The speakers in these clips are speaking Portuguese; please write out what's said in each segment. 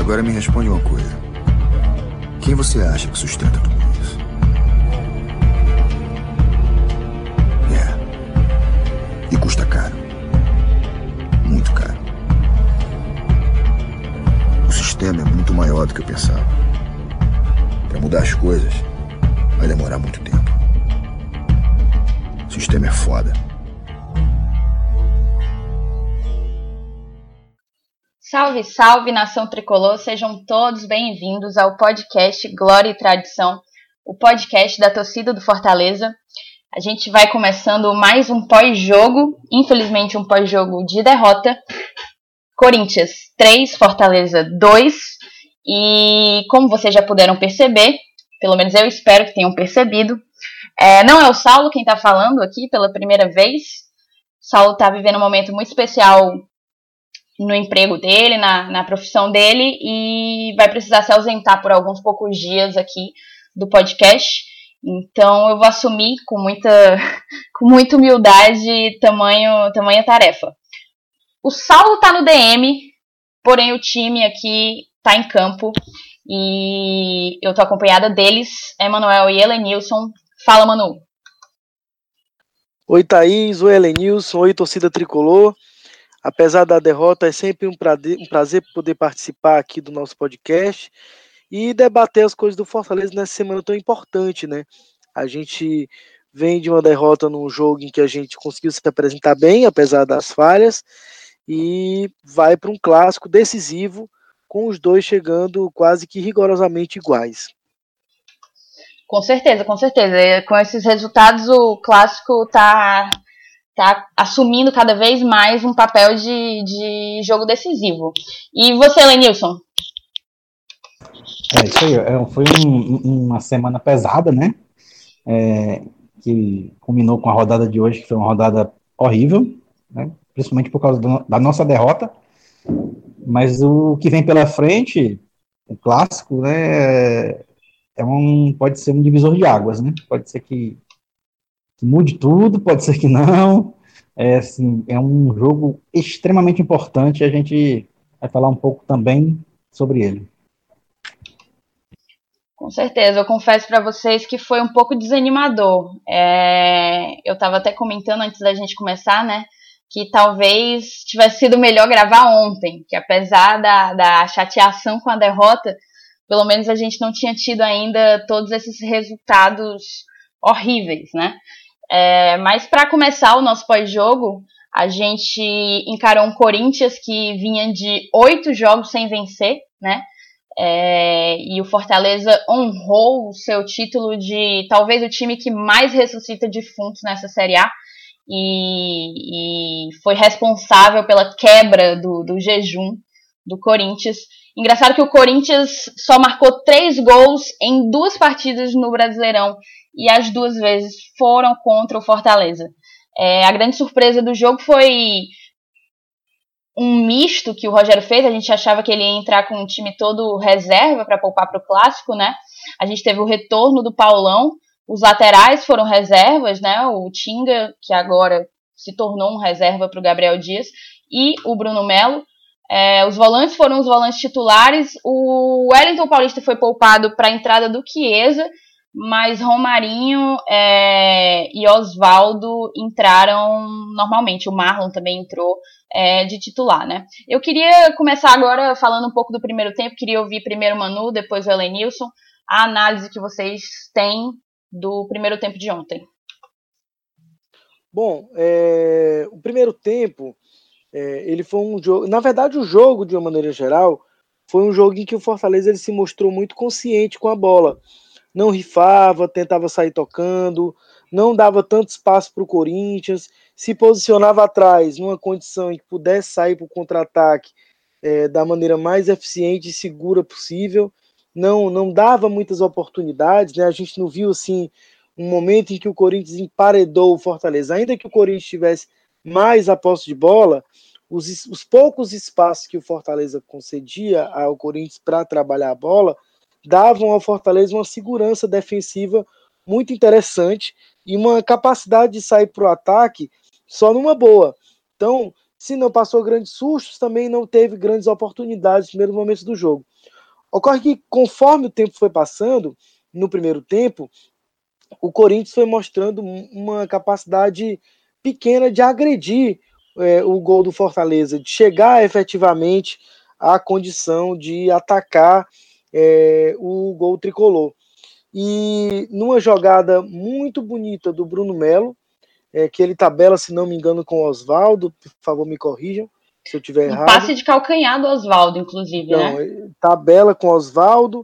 Agora me responde uma coisa. Quem você acha que sustenta tudo isso? E custa caro. Muito caro. O sistema é muito maior do que eu pensava. Para mudar as coisas, vai demorar muito tempo. O sistema é foda. Salve, salve, nação tricolor, sejam todos bem-vindos ao podcast Glória e Tradição, o podcast da torcida do Fortaleza. A gente vai começando mais um pós-jogo, infelizmente um pós-jogo de derrota. Corinthians 3, Fortaleza 2, e como vocês já puderam perceber, pelo menos eu espero que tenham percebido, não é o Saulo quem está falando aqui pela primeira vez. O Saulo está vivendo um momento muito especial no emprego dele, na profissão dele, e vai precisar se ausentar por alguns poucos dias aqui do podcast. Então eu vou assumir com muita humildade tamanha tarefa. O Saulo tá no DM, porém o time aqui tá em campo e eu tô acompanhada deles, Emanuel e Helenilson. Fala, Manu. Oi, Thaís, oi, Helenilson, oi, torcida tricolor. Apesar da derrota, é sempre um prazer poder participar aqui do nosso podcast e debater as coisas do Fortaleza nessa semana tão importante, né? A gente vem de uma derrota num jogo em que a gente conseguiu se apresentar bem, apesar das falhas, e vai para um clássico decisivo, com os dois chegando quase que rigorosamente iguais. Com certeza, com certeza. Com esses resultados, o clássico tá assumindo cada vez mais um papel de jogo decisivo. E você, Lenilson? Isso aí. Foi uma semana pesada, né? Que culminou com a rodada de hoje, que foi uma rodada horrível, né? Principalmente por causa da nossa derrota. Mas o que vem pela frente, o clássico, né? Pode ser um divisor de águas, né? Pode ser que mude tudo, pode ser que não. É um jogo extremamente importante, a gente vai falar um pouco também sobre ele. Com certeza, eu confesso para vocês que foi um pouco desanimador. Eu estava até comentando antes da gente começar, né, que talvez tivesse sido melhor gravar ontem, que apesar da chateação com a derrota, pelo menos a gente não tinha tido ainda todos esses resultados horríveis, né? Mas para começar o nosso pós-jogo, a gente encarou um Corinthians que vinha de 8 jogos sem vencer, né? E o Fortaleza honrou o seu título de talvez o time que mais ressuscita defuntos nessa Série A e foi responsável pela quebra do jejum do Corinthians. Engraçado que o Corinthians só marcou 3 gols em 2 partidas no Brasileirão e as 2 vezes foram contra o Fortaleza. A grande surpresa do jogo foi um misto que o Rogério fez. A gente achava que ele ia entrar com um time todo reserva para poupar para o Clássico, né? A gente teve o retorno do Paulão, os laterais foram reservas, né? O Tinga, que agora se tornou um reserva para o Gabriel Dias, e o Bruno Melo. Os volantes foram os volantes titulares. O Wellington Paulista foi poupado para a entrada do Chiesa, mas Romarinho e Osvaldo entraram normalmente. O Marlon também entrou de titular, né? Eu queria começar agora falando um pouco do primeiro tempo. Queria ouvir primeiro o Manu, depois o Helenilson, a análise que vocês têm do primeiro tempo de ontem. Bom, o primeiro tempo ele foi um jogo, na verdade o jogo de uma maneira geral foi um jogo em que o Fortaleza ele se mostrou muito consciente com a bola, não rifava, tentava sair tocando, não dava tanto espaço para o Corinthians, se posicionava atrás numa condição em que pudesse sair para o contra-ataque da maneira mais eficiente e segura possível, não dava muitas oportunidades, né? A gente não viu assim um momento em que o Corinthians emparedou o Fortaleza, ainda que o Corinthians tivesse mais a posse de bola, os poucos espaços que o Fortaleza concedia ao Corinthians para trabalhar a bola davam ao Fortaleza uma segurança defensiva muito interessante e uma capacidade de sair para o ataque só numa boa. Então, Se não passou grandes sustos, também não teve grandes oportunidades nos primeiros momentos do jogo. Ocorre que, conforme o tempo foi passando, no primeiro tempo, o Corinthians foi mostrando uma capacidade pequena de agredir o gol do Fortaleza, de chegar efetivamente à condição de atacar o gol tricolor. E numa jogada muito bonita do Bruno Melo, que ele tabela, se não me engano, com o Oswaldo, por favor me corrijam se eu estiver errado. Passe de calcanhar do Oswaldo, inclusive, então, né? Tabela com o Oswaldo,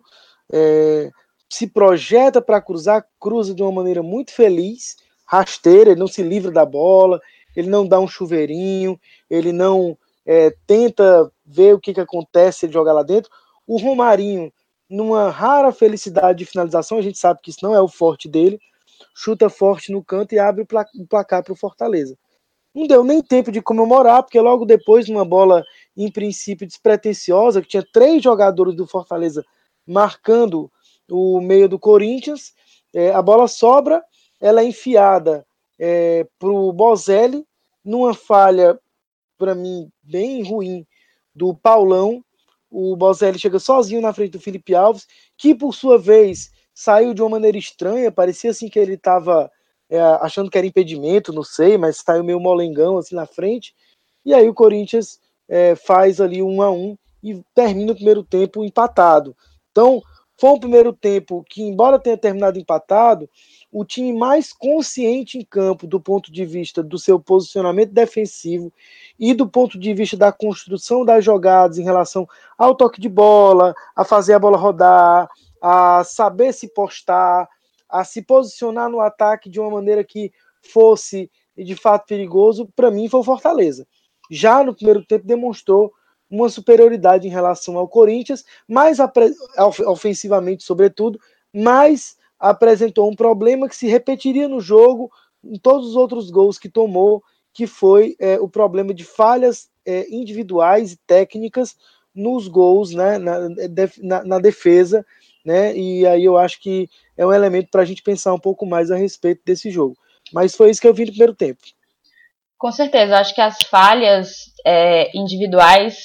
se projeta para cruzar, cruza de uma maneira muito feliz, rasteira, ele não se livra da bola, ele não dá um chuveirinho, ele não tenta ver o que acontece se ele jogar lá dentro. O Romarinho, numa rara felicidade de finalização, a gente sabe que isso não é o forte dele, chuta forte no canto e abre o placar para o Fortaleza. Não deu nem tempo de comemorar, porque logo depois, numa bola em princípio despretensiosa, que tinha 3 jogadores do Fortaleza marcando o meio do Corinthians, a bola sobra, ela é enfiada para o Bozelli, numa falha, para mim, bem ruim, do Paulão. O Bozelli chega sozinho na frente do Felipe Alves, que por sua vez saiu de uma maneira estranha, parecia assim que ele estava achando que era impedimento, não sei, mas saiu meio molengão assim na frente, e aí o Corinthians faz ali 1-1 e termina o primeiro tempo empatado. Então, foi um primeiro tempo que, embora tenha terminado empatado, o time mais consciente em campo do ponto de vista do seu posicionamento defensivo e do ponto de vista da construção das jogadas em relação ao toque de bola, a fazer a bola rodar, a saber se postar, a se posicionar no ataque de uma maneira que fosse de fato perigoso, para mim foi o Fortaleza. Já no primeiro tempo demonstrou uma superioridade em relação ao Corinthians, mais ofensivamente sobretudo, mas apresentou um problema que se repetiria no jogo em todos os outros gols que tomou, que foi o problema de falhas individuais e técnicas nos gols, né, na defesa, né, e aí eu acho que é um elemento para a gente pensar um pouco mais a respeito desse jogo. Mas foi isso que eu vi no primeiro tempo. Com certeza, acho que as falhas individuais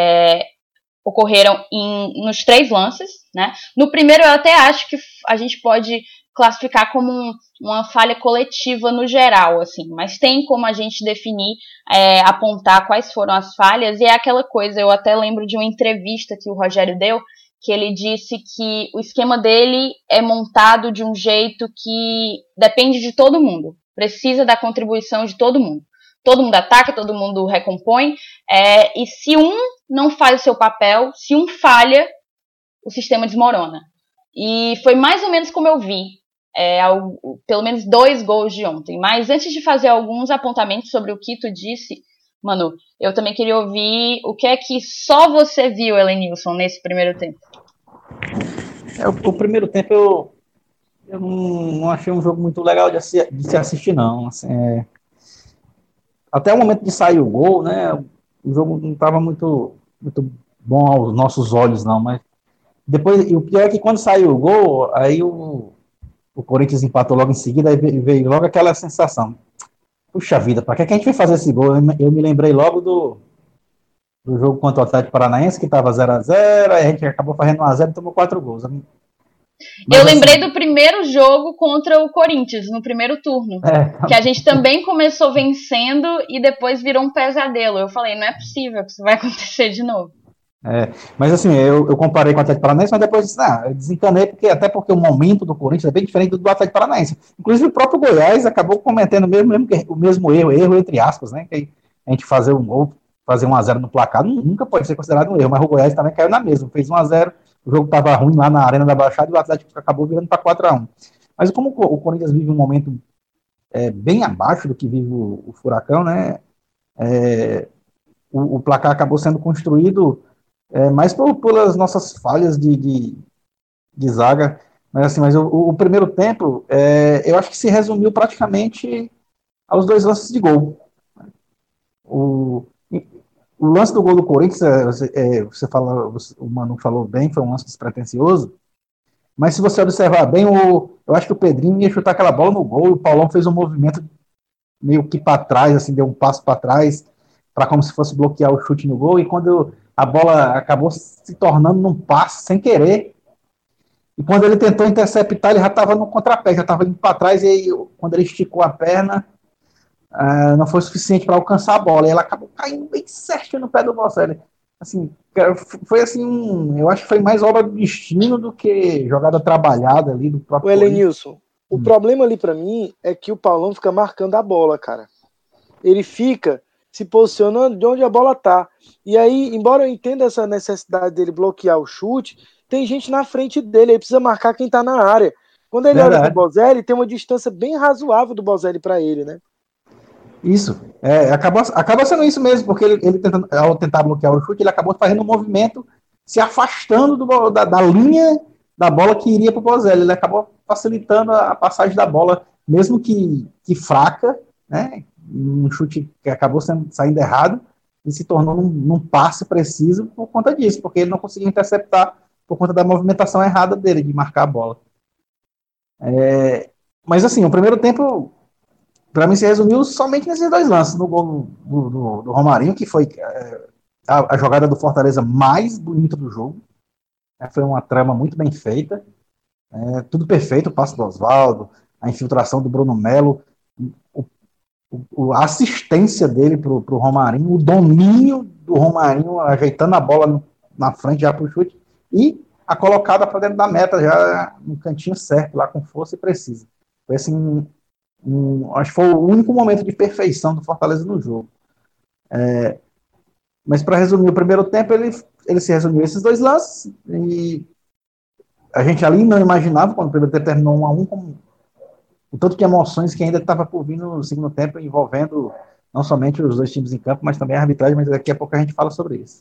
ocorreram nos 3 lances, né? No primeiro eu até acho que a gente pode classificar como uma falha coletiva no geral, assim, mas tem como a gente definir, apontar quais foram as falhas, e é aquela coisa, eu até lembro de uma entrevista que o Rogério deu, que ele disse que o esquema dele é montado de um jeito que depende de todo mundo, precisa da contribuição de todo mundo. Todo mundo ataca, todo mundo recompõe, e se um não faz o seu papel, se um falha, o sistema desmorona. E foi mais ou menos como eu vi, pelo menos 2 gols de ontem. Mas antes de fazer alguns apontamentos sobre o que tu disse, Manu, eu também queria ouvir o que é que só você viu, Helenilson, nesse primeiro tempo. O primeiro tempo eu não achei um jogo muito legal de se assistir, não. Assim, até o momento de sair o gol, né, o jogo não estava muito bom aos nossos olhos, não, mas depois, e o pior é que quando saiu o gol, aí o Corinthians empatou logo em seguida, aí veio logo aquela sensação, puxa vida, para que a gente vai fazer esse gol? Eu me lembrei logo do jogo contra o Atlético Paranaense, que estava 0-0, aí a gente acabou fazendo 1-0 e tomou 4 gols. Mas, eu lembrei do primeiro jogo contra o Corinthians, no primeiro turno. Que a gente também começou vencendo e depois virou um pesadelo. Eu falei, não é possível que isso vai acontecer de novo. Mas assim, eu comparei com o Atlético Paranaense, mas depois disse, eu desencanei, até porque o momento do Corinthians é bem diferente do Atlético Paranaense. Inclusive o próprio Goiás acabou cometendo o mesmo erro entre aspas, né? Que a gente fazer um gol, fazer 1-0 no placar, nunca pode ser considerado um erro, mas o Goiás também caiu na mesma, fez 1-0. O jogo estava ruim lá na Arena da Baixada e o Atlético acabou virando para 4-1. Mas como o Corinthians vive um momento bem abaixo do que vive o Furacão, né? O placar acabou sendo construído mais pelas nossas falhas de zaga. Mas o primeiro tempo, eu acho que se resumiu praticamente aos 2 lances de gol. O lance do gol do Corinthians, o Manu falou bem, foi um lance despretensioso, mas se você observar bem, eu acho que o Pedrinho ia chutar aquela bola no gol, e o Paulão fez um movimento meio que para trás, assim, deu um passo para trás, para como se fosse bloquear o chute no gol, e quando a bola acabou se tornando num passe sem querer, e quando ele tentou interceptar, ele já estava no contrapé, já estava indo para trás, e aí, quando ele esticou a perna, não foi suficiente para alcançar a bola, e ela acabou caindo bem certinho no pé do Bocelli. Assim, foi assim, eu acho que foi mais obra do destino do que jogada trabalhada ali do próprio O Elenilson, o problema ali para mim é que o Paulão fica marcando a bola, cara. Ele fica se posicionando de onde a bola tá. E aí, embora eu entenda essa necessidade dele bloquear o chute, tem gente na frente dele, ele precisa marcar quem tá na área. Quando ele olha pro Bozelli, tem uma distância bem razoável do Bozelli para ele, né? Isso. Acaba sendo isso mesmo, porque ele ao tentar bloquear o chute, ele acabou fazendo um movimento se afastando da linha da bola que iria para o Bozelli. Ele acabou facilitando a passagem da bola, mesmo que fraca, né? Um chute que acabou saindo errado e se tornou num passe preciso por conta disso, porque ele não conseguia interceptar por conta da movimentação errada dele, de marcar a bola. Mas assim, o primeiro tempo, para mim, se resumiu somente nesses dois lances, no gol do Romarinho, que foi a jogada do Fortaleza mais bonita do jogo. Foi uma trama muito bem feita, tudo perfeito, o passe do Oswaldo, a infiltração do Bruno Melo, a assistência dele para o Romarinho, o domínio do Romarinho ajeitando a bola na frente já para o chute, e a colocada para dentro da meta, já no cantinho certo, lá com força e precisa. Foi assim, acho que foi o único momento de perfeição do Fortaleza no jogo. Mas para resumir, o primeiro tempo ele se resumiu a esses dois lances, e a gente ali não imaginava, quando o primeiro tempo terminou 1-1, como o tanto de emoções que ainda estava por vir no segundo tempo, envolvendo não somente os dois times em campo, mas também a arbitragem, mas daqui a pouco a gente fala sobre isso.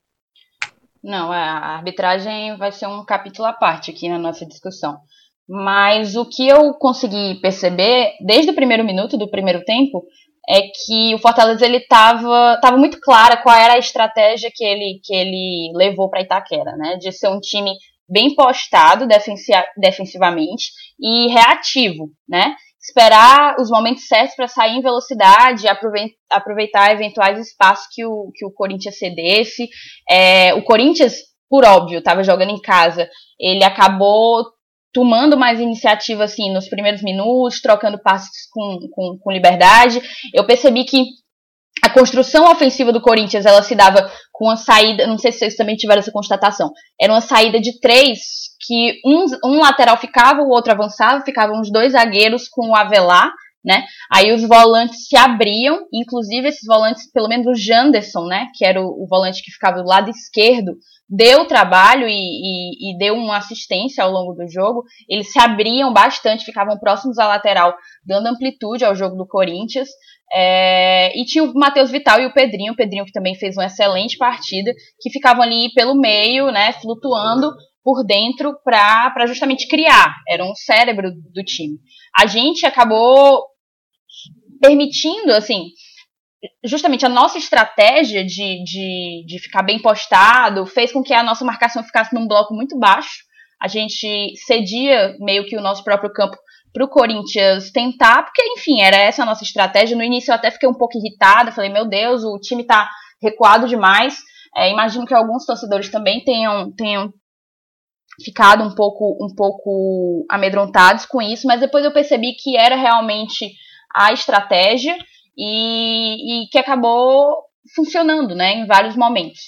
Não, a arbitragem vai ser um capítulo à parte aqui na nossa discussão. Mas o que eu consegui perceber, desde o primeiro minuto do primeiro tempo, é que o Fortaleza ele tava muito clara qual era a estratégia que ele levou para Itaquera, né? De ser um time bem postado defensivamente e reativo, né? Esperar os momentos certos para sair em velocidade, aproveitar eventuais espaços que o Corinthians cedesse. O Corinthians, por óbvio, estava jogando em casa, ele acabou tomando mais iniciativa assim nos primeiros minutos, trocando passes com liberdade. Eu percebi que a construção ofensiva do Corinthians, ela se dava com uma saída, não sei se vocês também tiveram essa constatação, era uma saída de 3, que um lateral ficava, o outro avançava, ficavam os 2 zagueiros com o Avelar, né? Aí os volantes se abriam, inclusive esses volantes, pelo menos o Janderson, né, que era o volante que ficava do lado esquerdo, deu trabalho e deu uma assistência ao longo do jogo. Eles se abriam bastante, ficavam próximos à lateral, dando amplitude ao jogo do Corinthians. E tinha o Matheus Vital e o Pedrinho que também fez uma excelente partida, que ficavam ali pelo meio, né, flutuando por dentro para justamente criar. Era um cérebro do time. A gente acabou permitindo, assim, justamente a nossa estratégia de ficar bem postado fez com que a nossa marcação ficasse num bloco muito baixo. A gente cedia meio que o nosso próprio campo para o Corinthians tentar, porque, enfim, era essa a nossa estratégia. No início eu até fiquei um pouco irritada, falei, meu Deus, o time está recuado demais. Imagino que alguns torcedores também tenham ficado um pouco amedrontados com isso, mas depois eu percebi que era realmente a estratégia e que acabou funcionando, né, em vários momentos.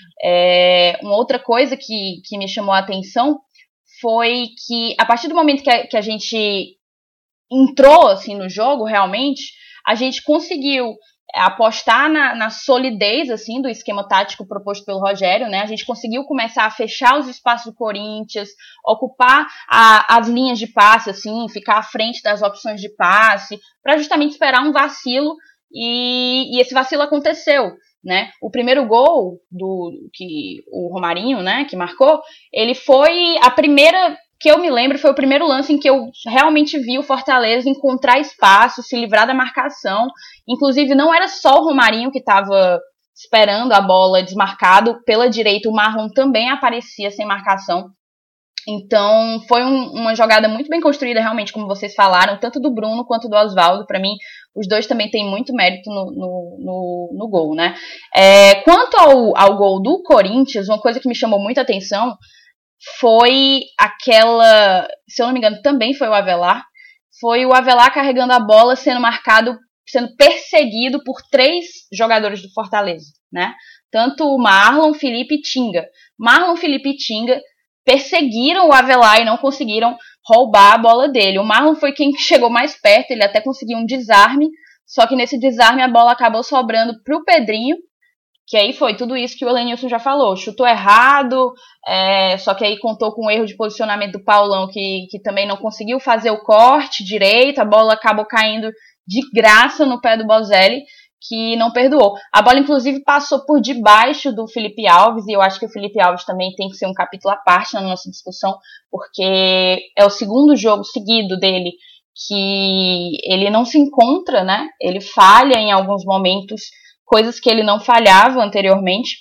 Uma outra coisa que me chamou a atenção foi que a partir do momento que a gente entrou assim, no jogo, realmente, a gente conseguiu apostar na solidez assim, do esquema tático proposto pelo Rogério, né? A gente conseguiu começar a fechar os espaços do Corinthians, ocupar as linhas de passe, assim, ficar à frente das opções de passe, para justamente esperar um vacilo, e esse vacilo aconteceu, né? O primeiro gol que o Romarinho, né, que marcou, ele foi a primeira que eu me lembro, foi o primeiro lance em que eu realmente vi o Fortaleza encontrar espaço, se livrar da marcação. Inclusive, não era só o Romarinho que estava esperando a bola desmarcado. Pela direita, o Marlon também aparecia sem marcação. Então, foi uma jogada muito bem construída, realmente, como vocês falaram, tanto do Bruno quanto do Oswaldo. Para mim, os dois também têm muito mérito no gol, né? Quanto ao gol do Corinthians, uma coisa que me chamou muita atenção foi aquela, se eu não me engano, também foi o Avelar. Foi o Avelar carregando a bola, sendo perseguido por 3 jogadores do Fortaleza, né? Tanto o Marlon, Felipe e Tinga. Marlon, Felipe e Tinga perseguiram o Avelar e não conseguiram roubar a bola dele. O Marlon foi quem chegou mais perto, ele até conseguiu um desarme, só que nesse desarme a bola acabou sobrando pro Pedrinho, que aí foi tudo isso que o Elenilson já falou. Chutou errado, só que aí contou com um erro de posicionamento do Paulão, que também não conseguiu fazer o corte direito, a bola acabou caindo de graça no pé do Bozelli, que não perdoou. A bola, inclusive, passou por debaixo do Felipe Alves, e eu acho que o Felipe Alves também tem que ser um capítulo à parte na nossa discussão, porque é o segundo jogo seguido dele que ele não se encontra, né? Ele falha em alguns momentos, coisas que ele não falhava anteriormente.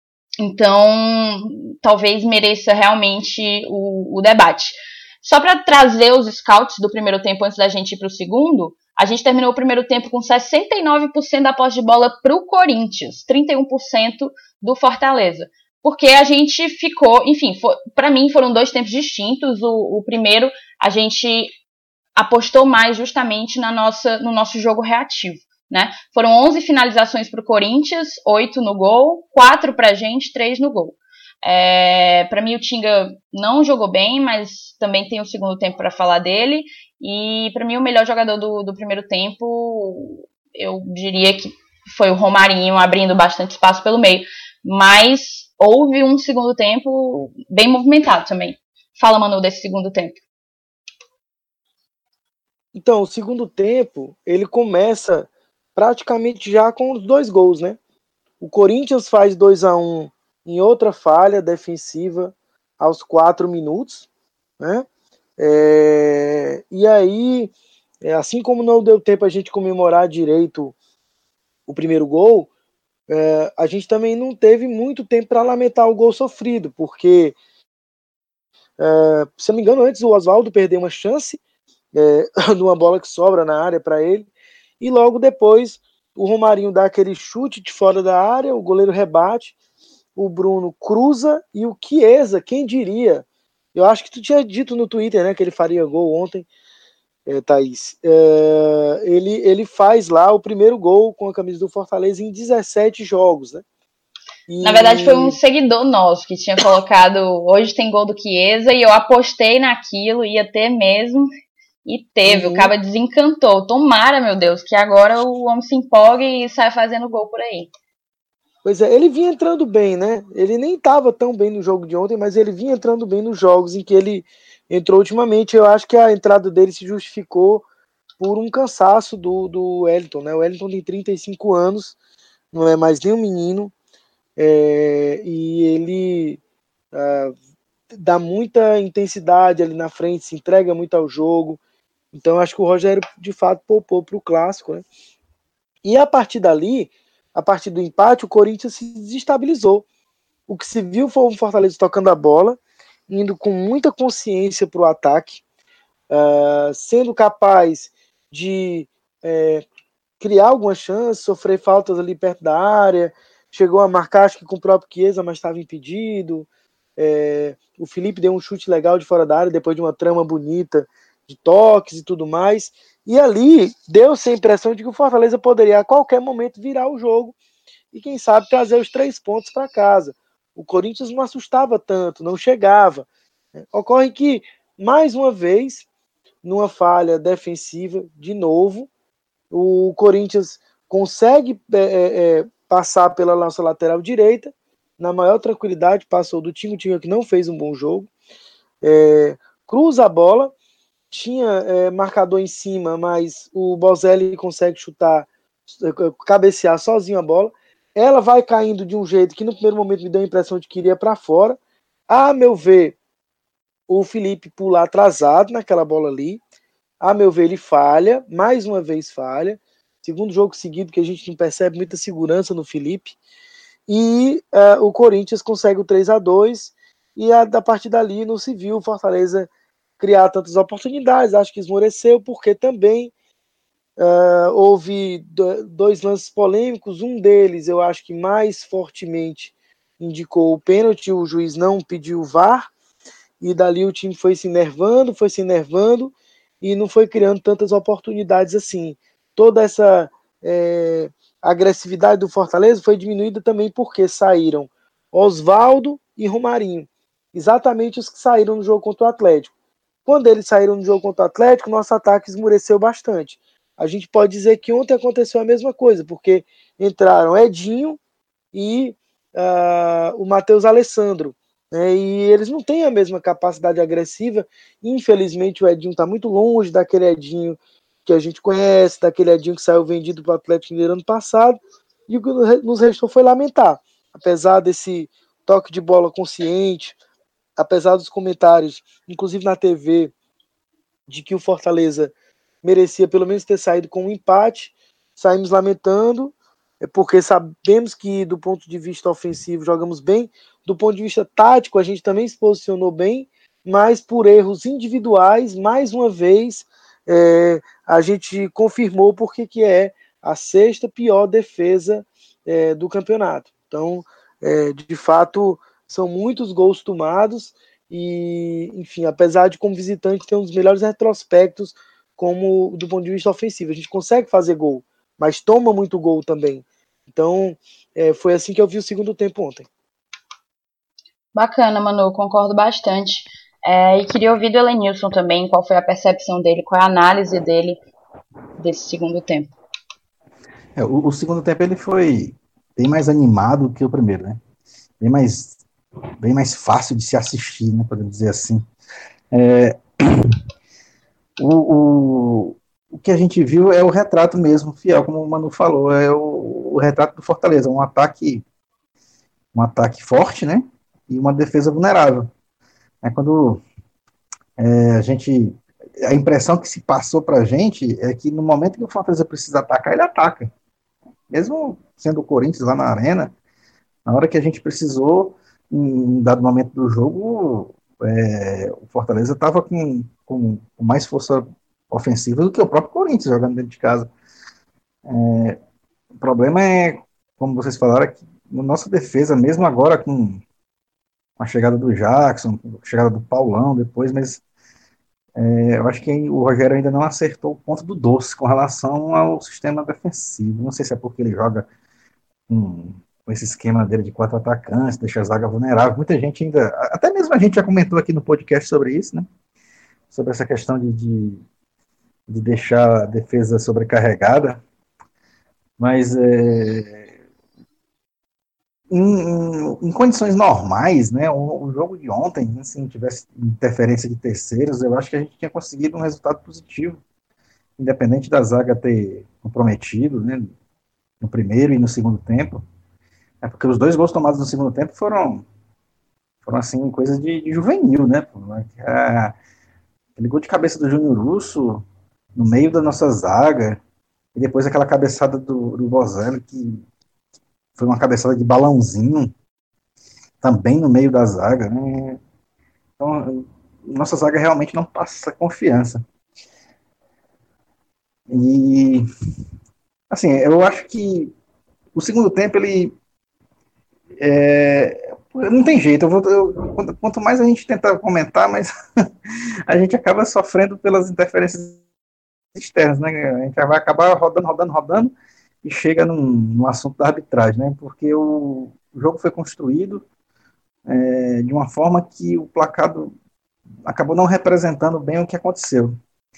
Então, talvez mereça realmente o debate. Só para trazer os scouts do primeiro tempo antes da gente ir para o segundo, a gente terminou o primeiro tempo com 69% da posse de bola para o Corinthians, 31% do Fortaleza. Porque a gente ficou, enfim, para mim foram 2 tempos distintos. O primeiro, a gente apostou mais justamente no nosso jogo reativo, né? Foram 11 finalizações para o Corinthians, 8 no gol, 4 para a gente, 3 no gol. Para mim o Tinga não jogou bem, mas também tem o segundo tempo para falar dele. E para mim o melhor jogador do primeiro tempo, eu diria que foi o Romarinho, abrindo bastante espaço pelo meio. Mas houve um segundo tempo bem movimentado também. Fala, Manu, desse segundo tempo. Então, o segundo tempo, ele começa praticamente já com os 2 gols, né? O Corinthians faz 2-1 em outra falha defensiva aos 4 minutos, né? E aí, assim como não deu tempo a gente comemorar direito o primeiro gol, a gente também não teve muito tempo para lamentar o gol sofrido, porque, se não me engano, antes o Oswaldo perdeu uma chance numa bola que sobra na área para ele, e logo depois o Romarinho dá aquele chute de fora da área, o goleiro rebate, o Bruno cruza e o Chiesa, quem diria? Eu acho que tu tinha dito no Twitter, né, que ele faria gol ontem, Thaís. Ele faz lá o primeiro gol com a camisa do Fortaleza em 17 jogos, né? Na verdade foi um seguidor nosso que tinha colocado hoje tem gol do Chiesa, e eu apostei naquilo, ia ter mesmo, e teve. O cara desencantou. Tomara, meu Deus, que agora o homem se empolgue e saia fazendo gol por aí. Pois é, ele vinha entrando bem, né? Ele nem estava tão bem no jogo de ontem, mas ele vinha entrando bem nos jogos em que ele entrou ultimamente. Eu acho que a entrada dele se justificou por um cansaço do Wellington, né? O Wellington tem 35 anos, não é mais nem um menino, e ele dá muita intensidade ali na frente, se entrega muito ao jogo. Então acho que o Rogério de fato poupou para o clássico, né? E a partir dali, a partir do empate, o Corinthians se desestabilizou. O que se viu foi o Fortaleza tocando a bola, indo com muita consciência para o ataque, sendo capaz de criar alguma chance, sofrer faltas ali perto da área, chegou a marcar, acho que com o próprio Chiesa, mas estava impedido. O Felipe deu um chute legal de fora da área, depois de uma trama bonita, de toques e tudo mais. E ali deu-se a impressão de que o Fortaleza poderia a qualquer momento virar o jogo e quem sabe trazer os 3 pontos para casa. O Corinthians não assustava tanto, não chegava. Ocorre que, mais uma vez, numa falha defensiva, de novo, o Corinthians consegue passar pela nossa lateral direita, na maior tranquilidade, passou do Tinga que não fez um bom jogo, cruza a bola, tinha marcador em cima, mas o Bozelli consegue chutar, cabecear sozinho a bola. Ela vai caindo de um jeito que no primeiro momento me deu a impressão de que iria para fora. A meu ver, o Felipe pula atrasado naquela bola ali. A meu ver, ele falha, mais uma vez falha. Segundo jogo seguido que a gente não percebe muita segurança no Felipe. E o Corinthians consegue o 3-2 e a partir dali não se viu o Fortaleza criar tantas oportunidades. Acho que esmoreceu, porque também houve dois lances polêmicos. Um deles, eu acho que mais fortemente indicou o pênalti, o juiz não pediu o VAR, e dali o time foi se enervando, e não foi criando tantas oportunidades assim. Toda essa agressividade do Fortaleza foi diminuída também porque saíram Osvaldo e Romarinho, exatamente os que saíram no jogo contra o Atlético. Quando eles saíram no jogo contra o Atlético, nosso ataque esmureceu bastante. A gente pode dizer que ontem aconteceu a mesma coisa, porque entraram Edinho e o Matheus Alessandro, né, e eles não têm a mesma capacidade agressiva. Infelizmente o Edinho está muito longe daquele Edinho que a gente conhece, daquele Edinho que saiu vendido para o Atlético Mineiro ano passado, e o que nos restou foi lamentar. Apesar desse toque de bola consciente, apesar dos comentários, inclusive na TV, de que o Fortaleza merecia pelo menos ter saído com um empate, saímos lamentando, porque sabemos que do ponto de vista ofensivo jogamos bem, do ponto de vista tático a gente também se posicionou bem, mas por erros individuais, mais uma vez, a gente confirmou porque que é a sexta pior defesa do campeonato. Então, de fato, são muitos gols tomados e, enfim, apesar de como visitante ter um dos melhores retrospectos como do ponto de vista ofensivo, a gente consegue fazer gol, mas toma muito gol também. Então, foi assim que eu vi o segundo tempo ontem. Bacana, Manu, concordo bastante. E queria ouvir do Elenilson também, qual foi a percepção dele, qual é a análise dele desse segundo tempo. O segundo tempo ele foi bem mais animado que o primeiro, né? Bem mais fácil de se assistir, né? Podemos dizer assim. O que a gente viu é o retrato mesmo, fiel, como o Manu falou, é o retrato do Fortaleza, um ataque forte, né? E uma defesa vulnerável. Quando a impressão que se passou pra gente é que no momento que o Fortaleza precisa atacar, ele ataca. Mesmo sendo o Corinthians lá na arena, na hora que a gente precisou, em um dado momento do jogo, o Fortaleza estava com mais força ofensiva do que o próprio Corinthians jogando dentro de casa. O problema é, como vocês falaram, que na nossa defesa, mesmo agora com a chegada do Jackson, a chegada do Paulão depois, mas eu acho que o Rogério ainda não acertou o ponto do doce com relação ao sistema defensivo. Não sei se é porque ele joga com esse esquema dele de 4 atacantes, deixa a zaga vulnerável. Muita gente ainda, até mesmo a gente já comentou aqui no podcast sobre isso, né? Sobre essa questão de deixar a defesa sobrecarregada. Mas em condições normais, né, o jogo de ontem, se não tivesse interferência de terceiros, eu acho que a gente tinha conseguido um resultado positivo, independente da zaga ter comprometido, né, no primeiro e no segundo tempo. Porque os 2 gols tomados no segundo tempo foram assim, coisas de juvenil, né? Aquele gol de cabeça do Júnior Russo, no meio da nossa zaga, e depois aquela cabeçada do Bozelli, que foi uma cabeçada de balãozinho, também no meio da zaga, né? Então, nossa zaga realmente não passa confiança. E, assim, eu acho que o segundo tempo, ele não tem jeito, quanto mais a gente tenta comentar, mais a gente acaba sofrendo pelas interferências externas, né? A gente vai acabar rodando, e chega no assunto da arbitragem, né? Porque o jogo foi construído de uma forma que o placar acabou não representando bem o que aconteceu.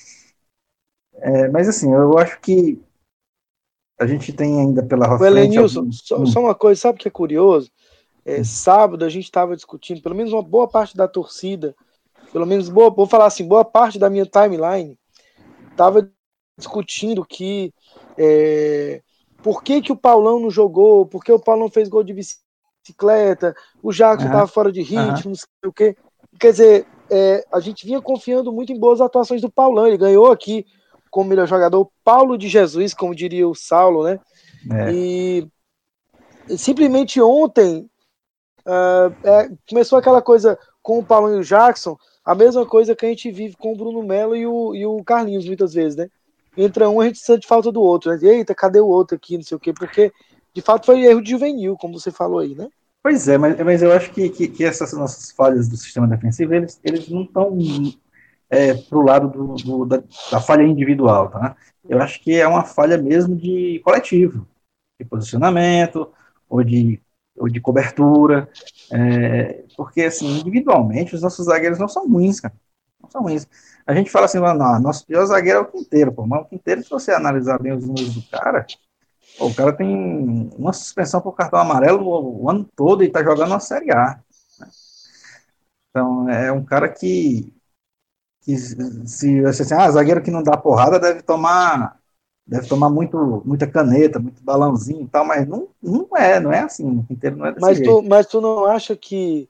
Mas assim, eu acho que a gente tem ainda pela frente... Elenilson, só uma coisa, sabe o que é curioso? Sábado a gente estava discutindo, pelo menos uma boa parte da torcida, pelo menos vou falar assim, boa parte da minha timeline estava discutindo que por que o Paulão não jogou, por que o Paulão fez gol de bicicleta, o Jackson estava fora de ritmo, não sei o quê. Quer dizer, a gente vinha confiando muito em boas atuações do Paulão, ele ganhou aqui como melhor jogador, Paulo de Jesus, como diria o Saulo, né? E simplesmente ontem começou aquela coisa, com o Paulo e o Jackson, a mesma coisa que a gente vive com o Bruno Melo e o Carlinhos, muitas vezes, né? Entra um, a gente sente falta do outro, né? Eita, cadê o outro aqui, não sei o quê, porque, de fato, foi erro de juvenil, como você falou aí, né? Pois é, mas eu acho que essas nossas falhas do sistema defensivo, eles não estão pro lado da falha individual, tá? Eu acho que é uma falha mesmo de coletivo, de posicionamento, ou de cobertura, porque, assim, individualmente, os nossos zagueiros não são ruins, cara. Não são ruins. A gente fala assim, não, nosso pior zagueiro é o Quinteiro, pô, mas o Quinteiro, se você analisar bem os números do cara, pô, o cara tem uma suspensão por cartão amarelo o ano todo e tá jogando na Série A. Né? Então, é um cara que se você assim, zagueiro que não dá porrada deve tomar muita caneta, muito balãozinho e tal, mas não é assim, o Quinteiro não é desse jeito. Mas tu não acha que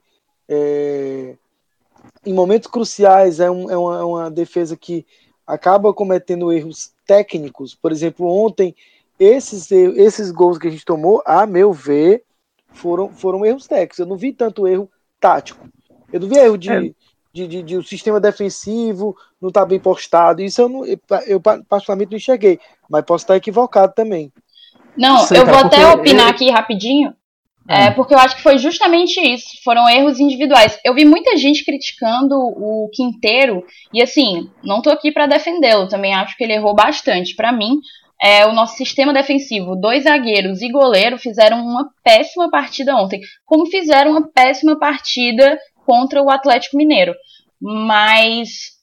em momentos cruciais é uma defesa que acaba cometendo erros técnicos? Por exemplo, ontem, esses gols que a gente tomou, a meu ver, foram erros técnicos. Eu não vi tanto erro tático. Eu não vi erro de o sistema defensivo não estar bem postado. Isso eu particularmente não enxerguei, mas posso estar equivocado também. Não, eu vou até opinar aqui rapidinho, porque eu acho que foi justamente isso, foram erros individuais. Eu vi muita gente criticando o Quinteiro, e assim, não tô aqui para defendê-lo, também acho que ele errou bastante. Para mim, o nosso sistema defensivo, 2 zagueiros e goleiro fizeram uma péssima partida ontem, como fizeram uma péssima partida contra o Atlético Mineiro. Mas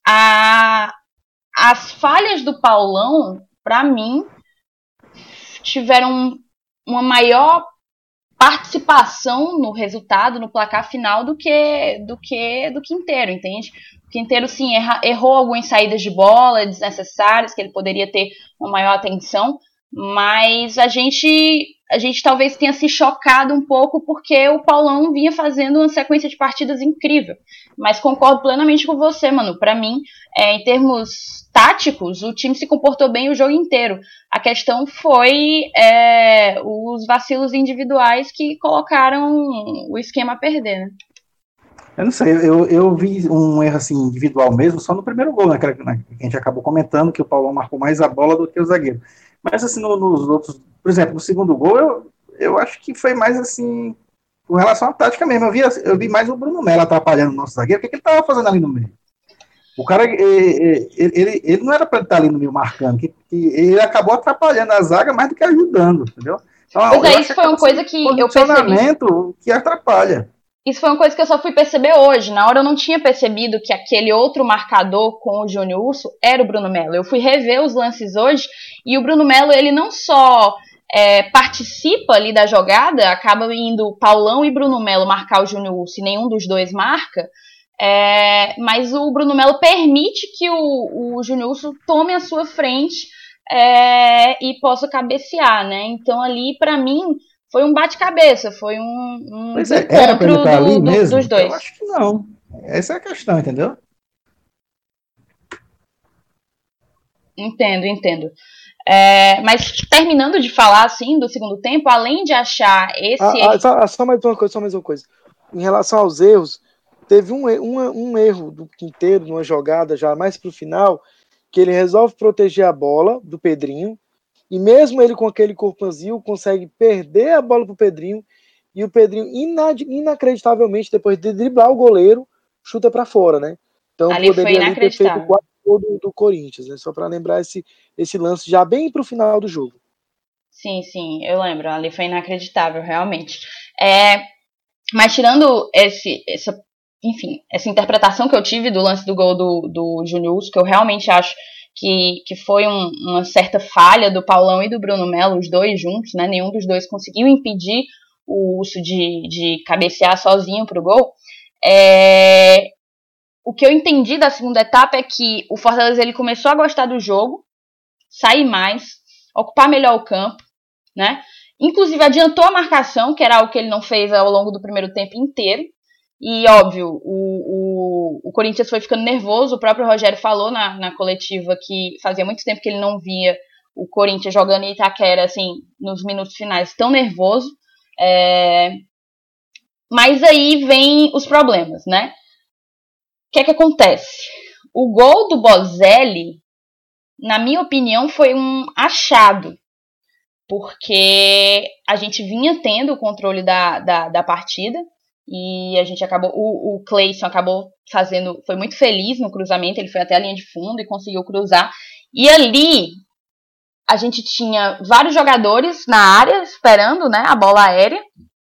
as falhas do Paulão, para mim, tiveram uma maior participação no resultado, no placar final, do que do Quinteiro, entende? O Quinteiro, sim, errou algumas saídas de bola desnecessárias, que ele poderia ter uma maior atenção, mas a gente talvez tenha se chocado um pouco porque o Paulão vinha fazendo uma sequência de partidas incrível. Mas concordo plenamente com você, mano. Pra mim, em termos táticos, o time se comportou bem o jogo inteiro. A questão foi os vacilos individuais que colocaram o esquema a perder, né? Eu não sei, eu vi um erro assim, individual mesmo, só no primeiro gol, né, que a gente acabou comentando, que o Paulão marcou mais a bola do que o zagueiro. Mas assim, nos outros, por exemplo, no segundo gol, eu acho que foi mais assim, com relação à tática mesmo. Eu vi mais o Bruno Melo atrapalhando o nosso zagueiro. O que ele estava fazendo ali no meio? O cara, ele não era para estar ali no meio marcando, que ele acabou atrapalhando a zaga mais do que ajudando, entendeu? Então, isso foi uma coisa que eu percebi. Que atrapalha. Isso foi uma coisa que eu só fui perceber hoje. Na hora eu não tinha percebido que aquele outro marcador com o Júnior Urso era o Bruno Melo. Eu fui rever os lances hoje e o Bruno Melo, ele não só participa ali da jogada, acaba indo Paulão e Bruno Melo marcar o Júnior Urso e nenhum dos dois marca, mas o Bruno Melo permite que o Júnior Urso tome a sua frente e possa cabecear, né? Então ali, pra mim, foi um bate-cabeça, foi um encontro dos dois. Eu acho que não. Essa é a questão, entendeu? Entendo. Mas terminando de falar assim do segundo tempo, além de achar esse. Só mais uma coisa. Em relação aos erros, teve um erro do Quinteiro, numa jogada já mais pro final, que ele resolve proteger a bola do Pedrinho. E mesmo ele com aquele corpo vazio, consegue perder a bola pro Pedrinho. E o Pedrinho, inacreditavelmente, depois de driblar o goleiro, chuta para fora, né? Então ali poderia ali ter feito o 4 gol do Corinthians, né? Só para lembrar esse lance já bem pro final do jogo. Sim, eu lembro. Ali foi inacreditável, realmente. Mas tirando essa interpretação que eu tive do lance do gol do Júnior Urso, que eu realmente acho que foi uma certa falha do Paulão e do Bruno Melo, os dois juntos, né? Nenhum dos dois conseguiu impedir o Urso de cabecear sozinho pro gol. O que eu entendi da segunda etapa é que o Fortaleza ele começou a gostar do jogo, sair mais, ocupar melhor o campo, né? Inclusive adiantou a marcação, que era algo que ele não fez ao longo do primeiro tempo inteiro. E, óbvio, o Corinthians foi ficando nervoso. O próprio Rogério falou na coletiva que fazia muito tempo que ele não via o Corinthians jogando em Itaquera, assim, nos minutos finais, tão nervoso. Mas aí vem os problemas, né? que é que acontece? O gol do Bozelli, na minha opinião, foi um achado, porque a gente vinha tendo o controle da partida e a gente acabou, o Cleison acabou fazendo, foi muito feliz no cruzamento, ele foi até a linha de fundo e conseguiu cruzar, e ali a gente tinha vários jogadores na área esperando, né, a bola aérea,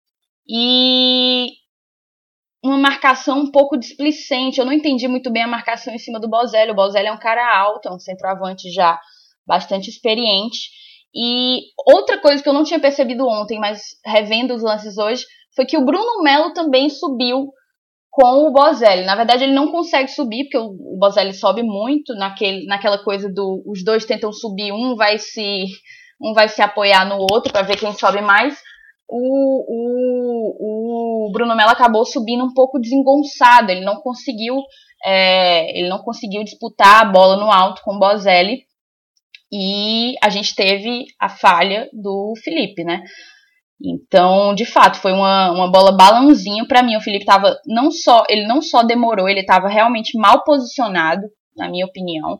e uma marcação um pouco displicente. Eu não entendi muito bem a marcação em cima do Bozelli. O Bozelli é um cara alto, é um centroavante já bastante experiente. E outra coisa que eu não tinha percebido ontem, mas revendo os lances hoje, foi que o Bruno Melo também subiu com o Bozelli. Na verdade, ele não consegue subir, porque o Bozelli sobe muito naquela coisa do os dois tentam subir, um vai se apoiar no outro para ver quem sobe mais. O Bruno Melo acabou subindo um pouco desengonçado, ele não conseguiu disputar a bola no alto com o Bozelli, e a gente teve a falha do Felipe, né? Então, de fato, foi uma bola balãozinho para mim. O Felipe ele não só demorou, ele estava realmente mal posicionado, na minha opinião.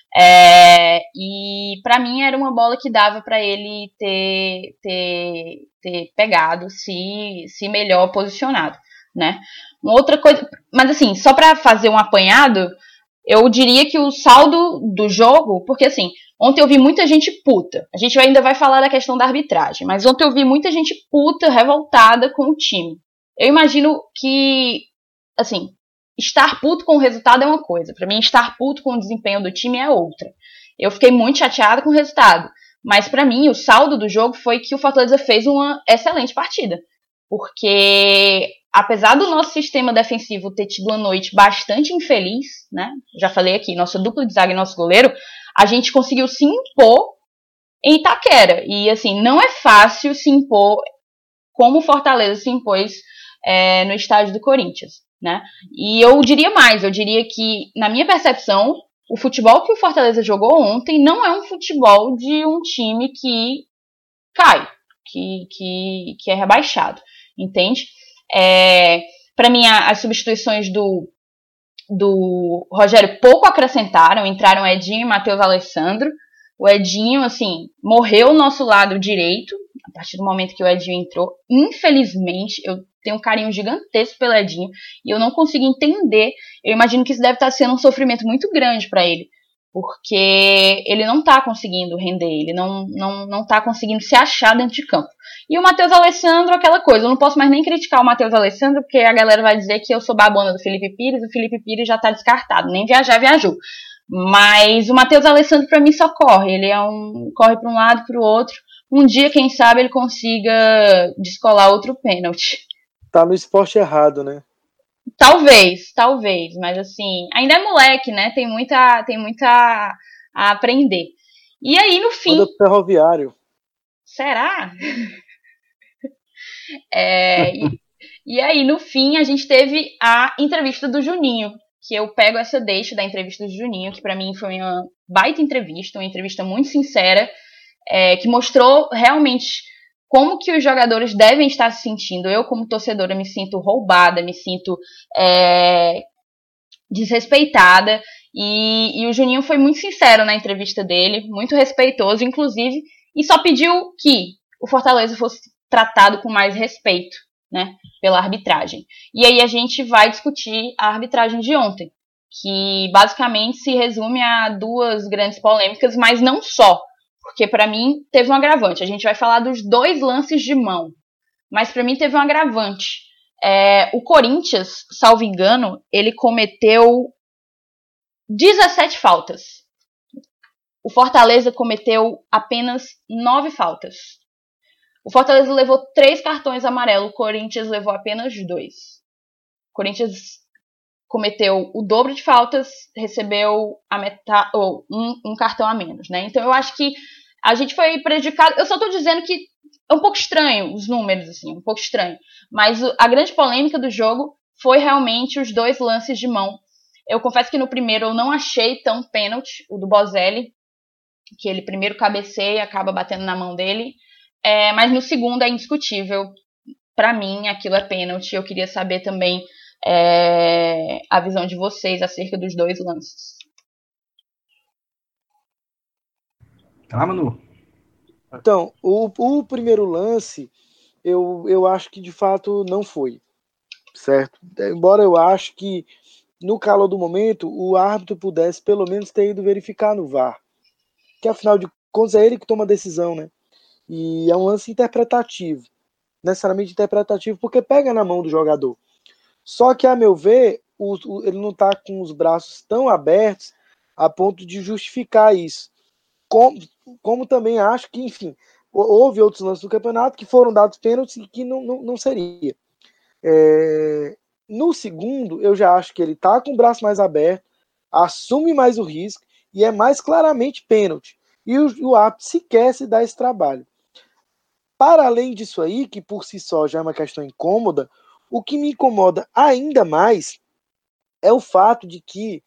E para mim era uma bola que dava para ele ter pegado se melhor posicionado, né? Uma outra coisa, mas assim, só para fazer um apanhado, eu diria que o saldo do jogo, porque assim, ontem eu vi muita gente puta. A gente ainda vai falar da questão da arbitragem, mas ontem eu vi muita gente puta, revoltada com o time. Eu imagino que, assim, estar puto com o resultado é uma coisa. Pra mim, estar puto com o desempenho do time é outra. Eu fiquei muito chateada com o resultado. Mas pra mim, o saldo do jogo foi que o Fortaleza fez uma excelente partida. Porque, apesar do nosso sistema defensivo ter tido uma noite bastante infeliz, né? Já falei aqui, nossa dupla de zaga e nosso goleiro, a gente conseguiu se impor em Itaquera. E, assim, não é fácil se impor como o Fortaleza se impôs no estádio do Corinthians, né? E eu diria mais, eu diria que, na minha percepção, o futebol que o Fortaleza jogou ontem não é um futebol de um time que cai, que é rebaixado, entende? Para mim, as substituições do Rogério pouco acrescentaram, entraram Edinho e Matheus Alessandro. O Edinho, assim, morreu o nosso lado direito, a partir do momento que o Edinho entrou. Infelizmente, eu tenho um carinho gigantesco pelo Edinho, e eu não consigo entender. Eu imagino que isso deve estar sendo um sofrimento muito grande para ele, porque ele não está conseguindo render, ele não está conseguindo se achar dentro de campo. E o Matheus Alessandro, aquela coisa, eu não posso mais nem criticar o Matheus Alessandro, porque a galera vai dizer que eu sou babona do Felipe Pires, o Felipe Pires já está descartado, nem viajou. Mas o Matheus Alessandro, para mim, só corre. Ele corre para um lado, para o outro. Um dia, quem sabe, ele consiga descolar outro pênalti. Tá no esporte errado, né? Talvez. Mas, assim, ainda é moleque, né? Tem muita a aprender. E aí, no fim... Manda pro Ferroviário. Será? E aí, no fim, a gente teve a entrevista do Juninho, que eu pego essa deixa da entrevista do Juninho, que pra mim foi uma baita entrevista, uma entrevista muito sincera, que mostrou realmente como que os jogadores devem estar se sentindo. Eu, como torcedora, me sinto roubada, me sinto desrespeitada, e o Juninho foi muito sincero na entrevista dele, muito respeitoso, inclusive, e só pediu que o Fortaleza fosse tratado com mais respeito, né, pela arbitragem. E aí a gente vai discutir a arbitragem de ontem, que basicamente se resume a duas grandes polêmicas, mas não só, porque para mim teve um agravante. A gente vai falar dos dois lances de mão, mas para mim teve um agravante. O Corinthians, salvo engano, ele cometeu 17 faltas. O Fortaleza cometeu apenas 9 faltas. O Fortaleza levou 3 cartões amarelos, o Corinthians levou apenas 2. O Corinthians cometeu o dobro de faltas, recebeu um cartão a menos, né? Então eu acho que a gente foi prejudicado. Eu só tô dizendo que é um pouco estranho os números, assim, um pouco estranho. Mas a grande polêmica do jogo foi realmente os dois lances de mão. Eu confesso que no primeiro eu não achei tão pênalti, o do Bozelli, que ele primeiro cabeceia e acaba batendo na mão dele. Mas no segundo é indiscutível. Para mim, aquilo é pênalti. Eu queria saber também a visão de vocês acerca dos dois lances. Manu. Então, o primeiro lance, eu acho que de fato não foi, certo? Embora eu acho que no calor do momento o árbitro pudesse pelo menos ter ido verificar no VAR, que afinal de contas é ele que toma a decisão, né? E é um lance interpretativo, necessariamente interpretativo, porque pega na mão do jogador. Só que, a meu ver, ele não está com os braços tão abertos a ponto de justificar isso. Como também acho que, enfim, houve outros lances do campeonato que foram dados pênaltis e que não seria. No segundo, eu já acho que ele está com o braço mais aberto, assume mais o risco e é mais claramente pênalti. E o árbitro sequer se dá esse trabalho. Para além disso aí, que por si só já é uma questão incômoda, o que me incomoda ainda mais é o fato de que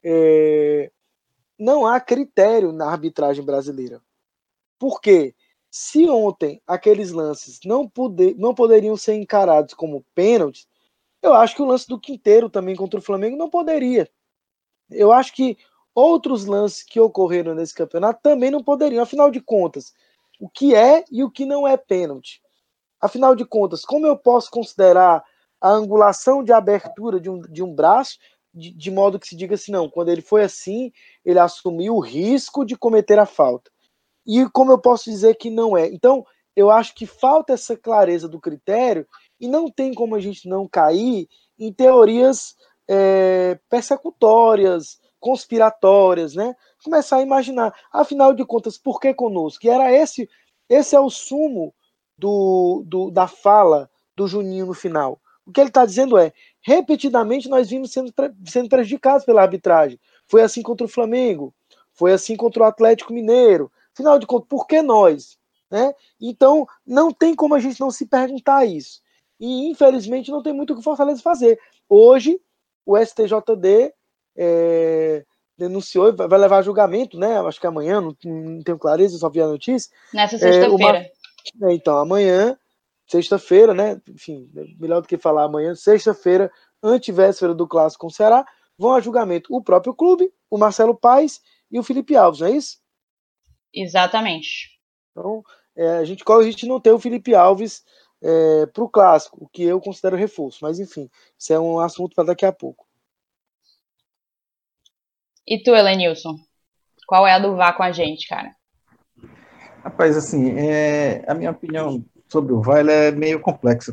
não há critério na arbitragem brasileira. Por quê? Se ontem aqueles lances não poderiam ser encarados como pênaltis, eu acho que o lance do Quinteiro também contra o Flamengo não poderia. Eu acho que outros lances que ocorreram nesse campeonato também não poderiam. Afinal de contas, o que é e o que não é pênalti? Afinal de contas, como eu posso considerar a angulação de abertura de um braço de modo que se diga assim, não, quando ele foi assim, ele assumiu o risco de cometer a falta. E como eu posso dizer que não é? Então, eu acho que falta essa clareza do critério e não tem como a gente não cair em teorias persecutórias, conspiratórias, né? Começar a imaginar, afinal de contas, por que conosco? E era esse é o sumo da fala do Juninho no final. O que ele está dizendo é, repetidamente nós vimos sendo prejudicados pela arbitragem. Foi assim contra o Flamengo, foi assim contra o Atlético Mineiro. Afinal de contas, por que nós? Né? Então, não tem como a gente não se perguntar isso. E, infelizmente, não tem muito o que o Fortaleza fazer. Hoje, o STJD denunciou, vai levar a julgamento, né? Acho que amanhã, não tenho clareza, só vi a notícia. Nessa sexta-feira. Então, amanhã, sexta-feira, né? Enfim, melhor do que falar amanhã, sexta-feira, antevéspera do Clássico com o Ceará, vão a julgamento o próprio clube, o Marcelo Paes e o Felipe Alves, não é isso? Exatamente. Então, a gente corre o risco de não ter o Felipe Alves para o Clássico, o que eu considero reforço. Mas, enfim, isso é um assunto para daqui a pouco. E tu, Helenilson? Qual é a do VAR com a gente, cara? Rapaz, assim, a minha opinião sobre o VAR é meio complexa.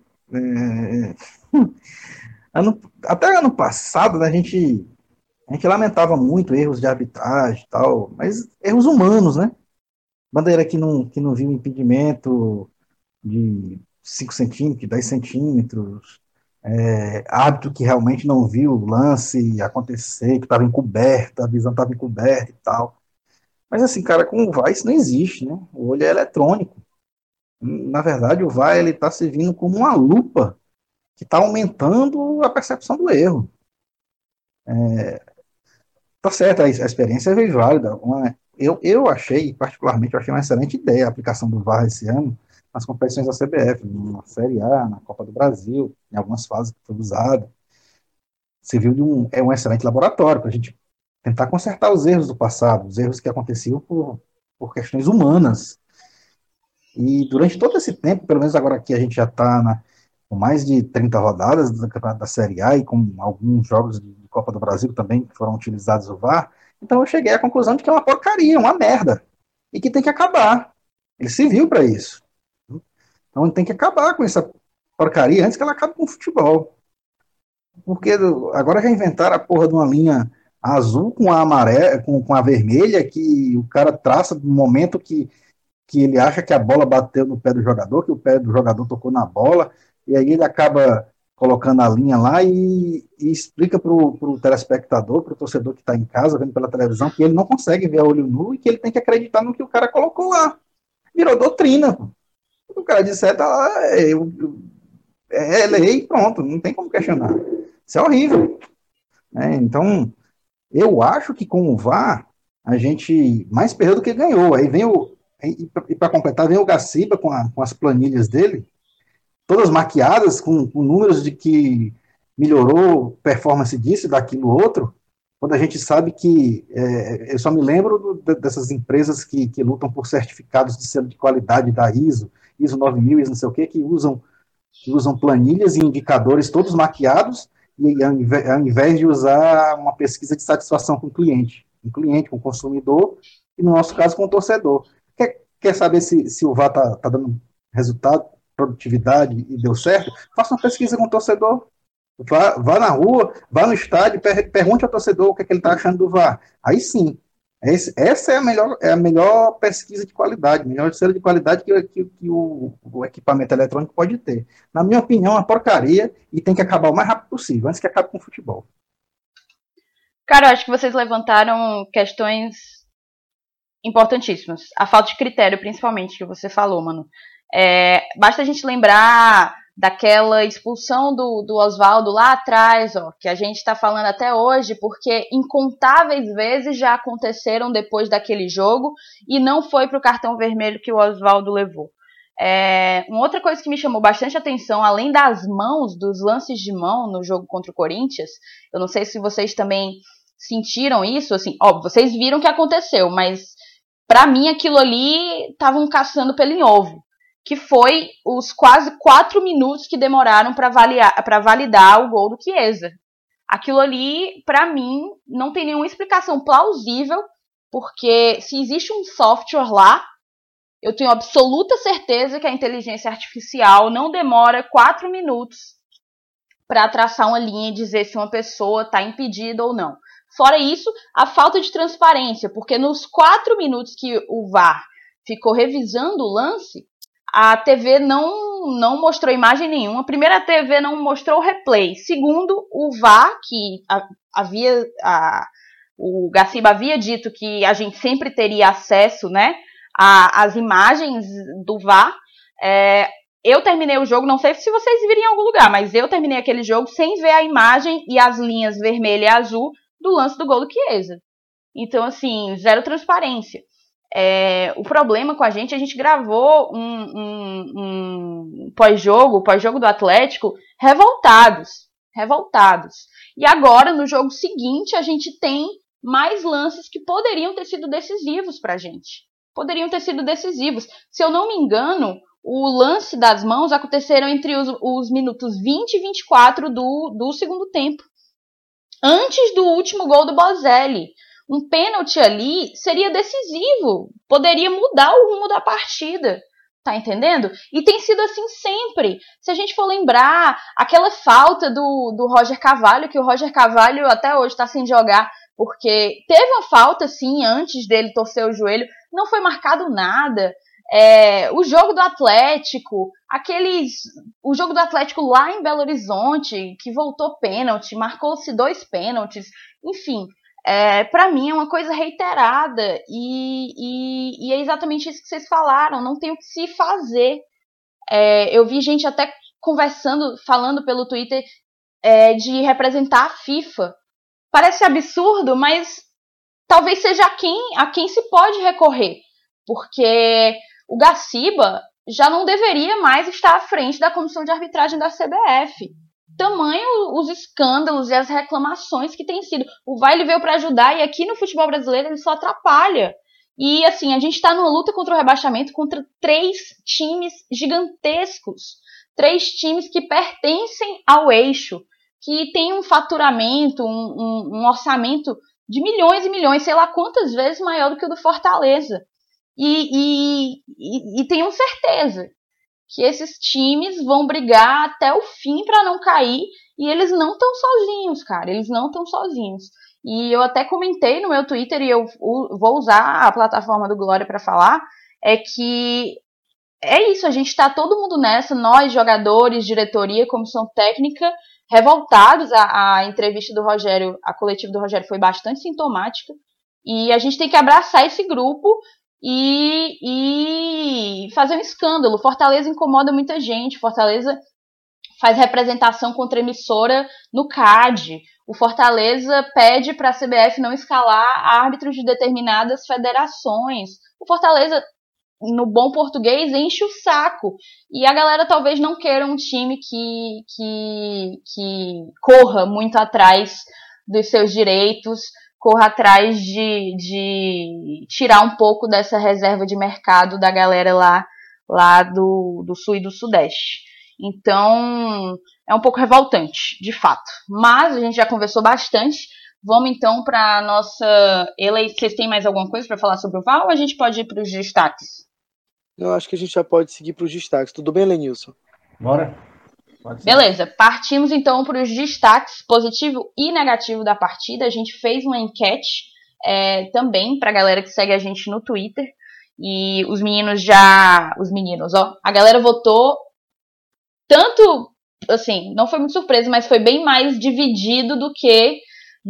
Até ano passado, né, a gente lamentava muito erros de arbitragem e tal, mas erros humanos, né? Bandeira que não viu impedimento de 5 centímetros, 10 centímetros, árbitro que realmente não viu o lance acontecer, que estava encoberto, a visão estava encoberta e tal. Mas assim, cara, com o VAR isso não existe, né? O olho é eletrônico. Na verdade, o VAR está servindo como uma lupa que está aumentando a percepção do erro. Tá certo, a experiência veio válida. Eu achei, particularmente, uma excelente ideia a aplicação do VAR esse ano nas competições da CBF, na Série A, na Copa do Brasil, em algumas fases que foi usado. Serviu de um excelente laboratório para a gente tentar consertar os erros do passado, os erros que aconteciam por questões humanas. E durante todo esse tempo, pelo menos agora que a gente já está com mais de 30 rodadas do campeonato da Série A e com alguns jogos de Copa do Brasil também que foram utilizados o VAR, então eu cheguei à conclusão de que é uma porcaria, uma merda, e que tem que acabar. Ele se viu para isso. Então tem que acabar com essa porcaria antes que ela acabe com o futebol. Porque agora já inventaram a porra de uma linha azul com a amarela, com a vermelha, que o cara traça no momento que ele acha que a bola bateu no pé do jogador, que o pé do jogador tocou na bola, e aí ele acaba colocando a linha lá e explica para o telespectador, para o torcedor que está em casa, vendo pela televisão, que ele não consegue ver a olho nu e que ele tem que acreditar no que o cara colocou lá. Virou doutrina. O cara disser, tá lá, é lei e pronto, não tem como questionar. Isso é horrível. Então, eu acho que com o VAR, a gente mais perdeu do que ganhou. Aí vem e para completar, vem o Gaciba com as planilhas dele, todas maquiadas, com números de que melhorou performance disso, daquilo outro, quando a gente sabe que, eu só me lembro dessas empresas que lutam por certificados de selo de qualidade da ISO 9000, ISO não sei o quê, que usam planilhas e indicadores todos maquiados, e ao invés de usar uma pesquisa de satisfação com o cliente, com o consumidor, e no nosso caso com o torcedor. Quer saber se o VAR está dando resultado, produtividade e deu certo? Faça uma pesquisa com o torcedor. Vá na rua, vá no estádio, pergunte ao torcedor o que ele está achando do VAR. Aí sim, essa é a melhor pesquisa de qualidade, melhor selo de qualidade que o equipamento eletrônico pode ter. Na minha opinião, é uma porcaria e tem que acabar o mais rápido possível, antes que acabe com o futebol. Cara, eu acho que vocês levantaram questões importantíssimas. A falta de critério, principalmente, que você falou, mano. Basta a gente lembrar daquela expulsão do Oswaldo lá atrás, ó, que a gente tá falando até hoje, porque incontáveis vezes já aconteceram depois daquele jogo e não foi pro cartão vermelho que o Oswaldo levou. Uma outra coisa que me chamou bastante atenção, além das mãos, dos lances de mão no jogo contra o Corinthians, eu não sei se vocês também sentiram isso, assim, óbvio, vocês viram o que aconteceu, mas pra mim aquilo ali estavam caçando pelo em ovo, que foi os quase 4 minutos que demoraram para validar o gol do Chiesa. Aquilo ali, para mim, não tem nenhuma explicação plausível, porque se existe um software lá, eu tenho absoluta certeza que a inteligência artificial não demora 4 minutos para traçar uma linha e dizer se uma pessoa está impedida ou não. Fora isso, a falta de transparência, porque nos 4 minutos que o VAR ficou revisando o lance, a TV não mostrou imagem nenhuma. Primeiro, a TV não mostrou o replay. Segundo, o VAR, que o Gaciba havia dito que a gente sempre teria acesso, né, às imagens do VAR. Eu terminei o jogo, não sei se vocês viram em algum lugar, mas eu terminei aquele jogo sem ver a imagem e as linhas vermelha e azul do lance do gol do Chiesa. Então, assim, zero transparência. O problema com a gente gravou um pós-jogo do Atlético revoltados. E agora, no jogo seguinte, a gente tem mais lances que poderiam ter sido decisivos pra gente. Se eu não me engano, o lance das mãos aconteceram entre os minutos 20 e 24 do segundo tempo. Antes do último gol do Bozelli. Um pênalti ali seria decisivo, poderia mudar o rumo da partida, tá entendendo? E tem sido assim sempre. Se a gente for lembrar, aquela falta do Roger Carvalho, que o Roger Carvalho até hoje está sem jogar, porque teve uma falta sim antes dele torcer o joelho, não foi marcado nada. O jogo do Atlético, o jogo do Atlético lá em Belo Horizonte, que voltou pênalti, marcou-se 2 pênaltis, enfim. Para mim é uma coisa reiterada e é exatamente isso que vocês falaram, não tem o que se fazer. Eu vi gente até falando pelo Twitter de representar a FIFA. Parece absurdo, mas talvez seja a quem se pode recorrer, porque o Gaciba já não deveria mais estar à frente da comissão de arbitragem da CBF. Tamanho os escândalos e as reclamações que tem sido. O VAR, ele veio para ajudar e aqui no futebol brasileiro ele só atrapalha. E assim, a gente está numa luta contra o rebaixamento contra 3 times gigantescos. 3 times que pertencem ao eixo, que tem um faturamento, um orçamento de milhões e milhões, sei lá quantas vezes maior do que o do Fortaleza. E tenho certeza que esses times vão brigar até o fim para não cair, e eles não estão sozinhos, cara, eles não estão sozinhos. E eu até comentei no meu Twitter, e eu vou usar a plataforma do Glória para falar, que é isso, a gente tá todo mundo nessa, nós, jogadores, diretoria, comissão técnica, revoltados. A entrevista do Rogério, a coletiva do Rogério foi bastante sintomática, e a gente tem que abraçar esse grupo e fazer um escândalo. Fortaleza incomoda muita gente. Fortaleza faz representação contra a emissora no CAD. O Fortaleza pede para a CBF não escalar árbitros de determinadas federações. O Fortaleza no bom português, enche o saco. E a galera talvez não queira um time que corra muito atrás dos seus direitos, corra atrás de tirar um pouco dessa reserva de mercado da galera lá do Sul e do Sudeste. Então, é um pouco revoltante, de fato. Mas a gente já conversou bastante. Vamos então para a nossa eleição. Vocês têm mais alguma coisa para falar sobre o VAR ou a gente pode ir para os destaques? Eu acho que a gente já pode seguir para os destaques. Tudo bem, Lenilson? Bora. Beleza, partimos então para os destaques positivo e negativo da partida. A gente fez uma enquete também para a galera que segue a gente no Twitter. E os meninos, a galera votou tanto, assim, não foi muito surpresa, mas foi bem mais dividido do que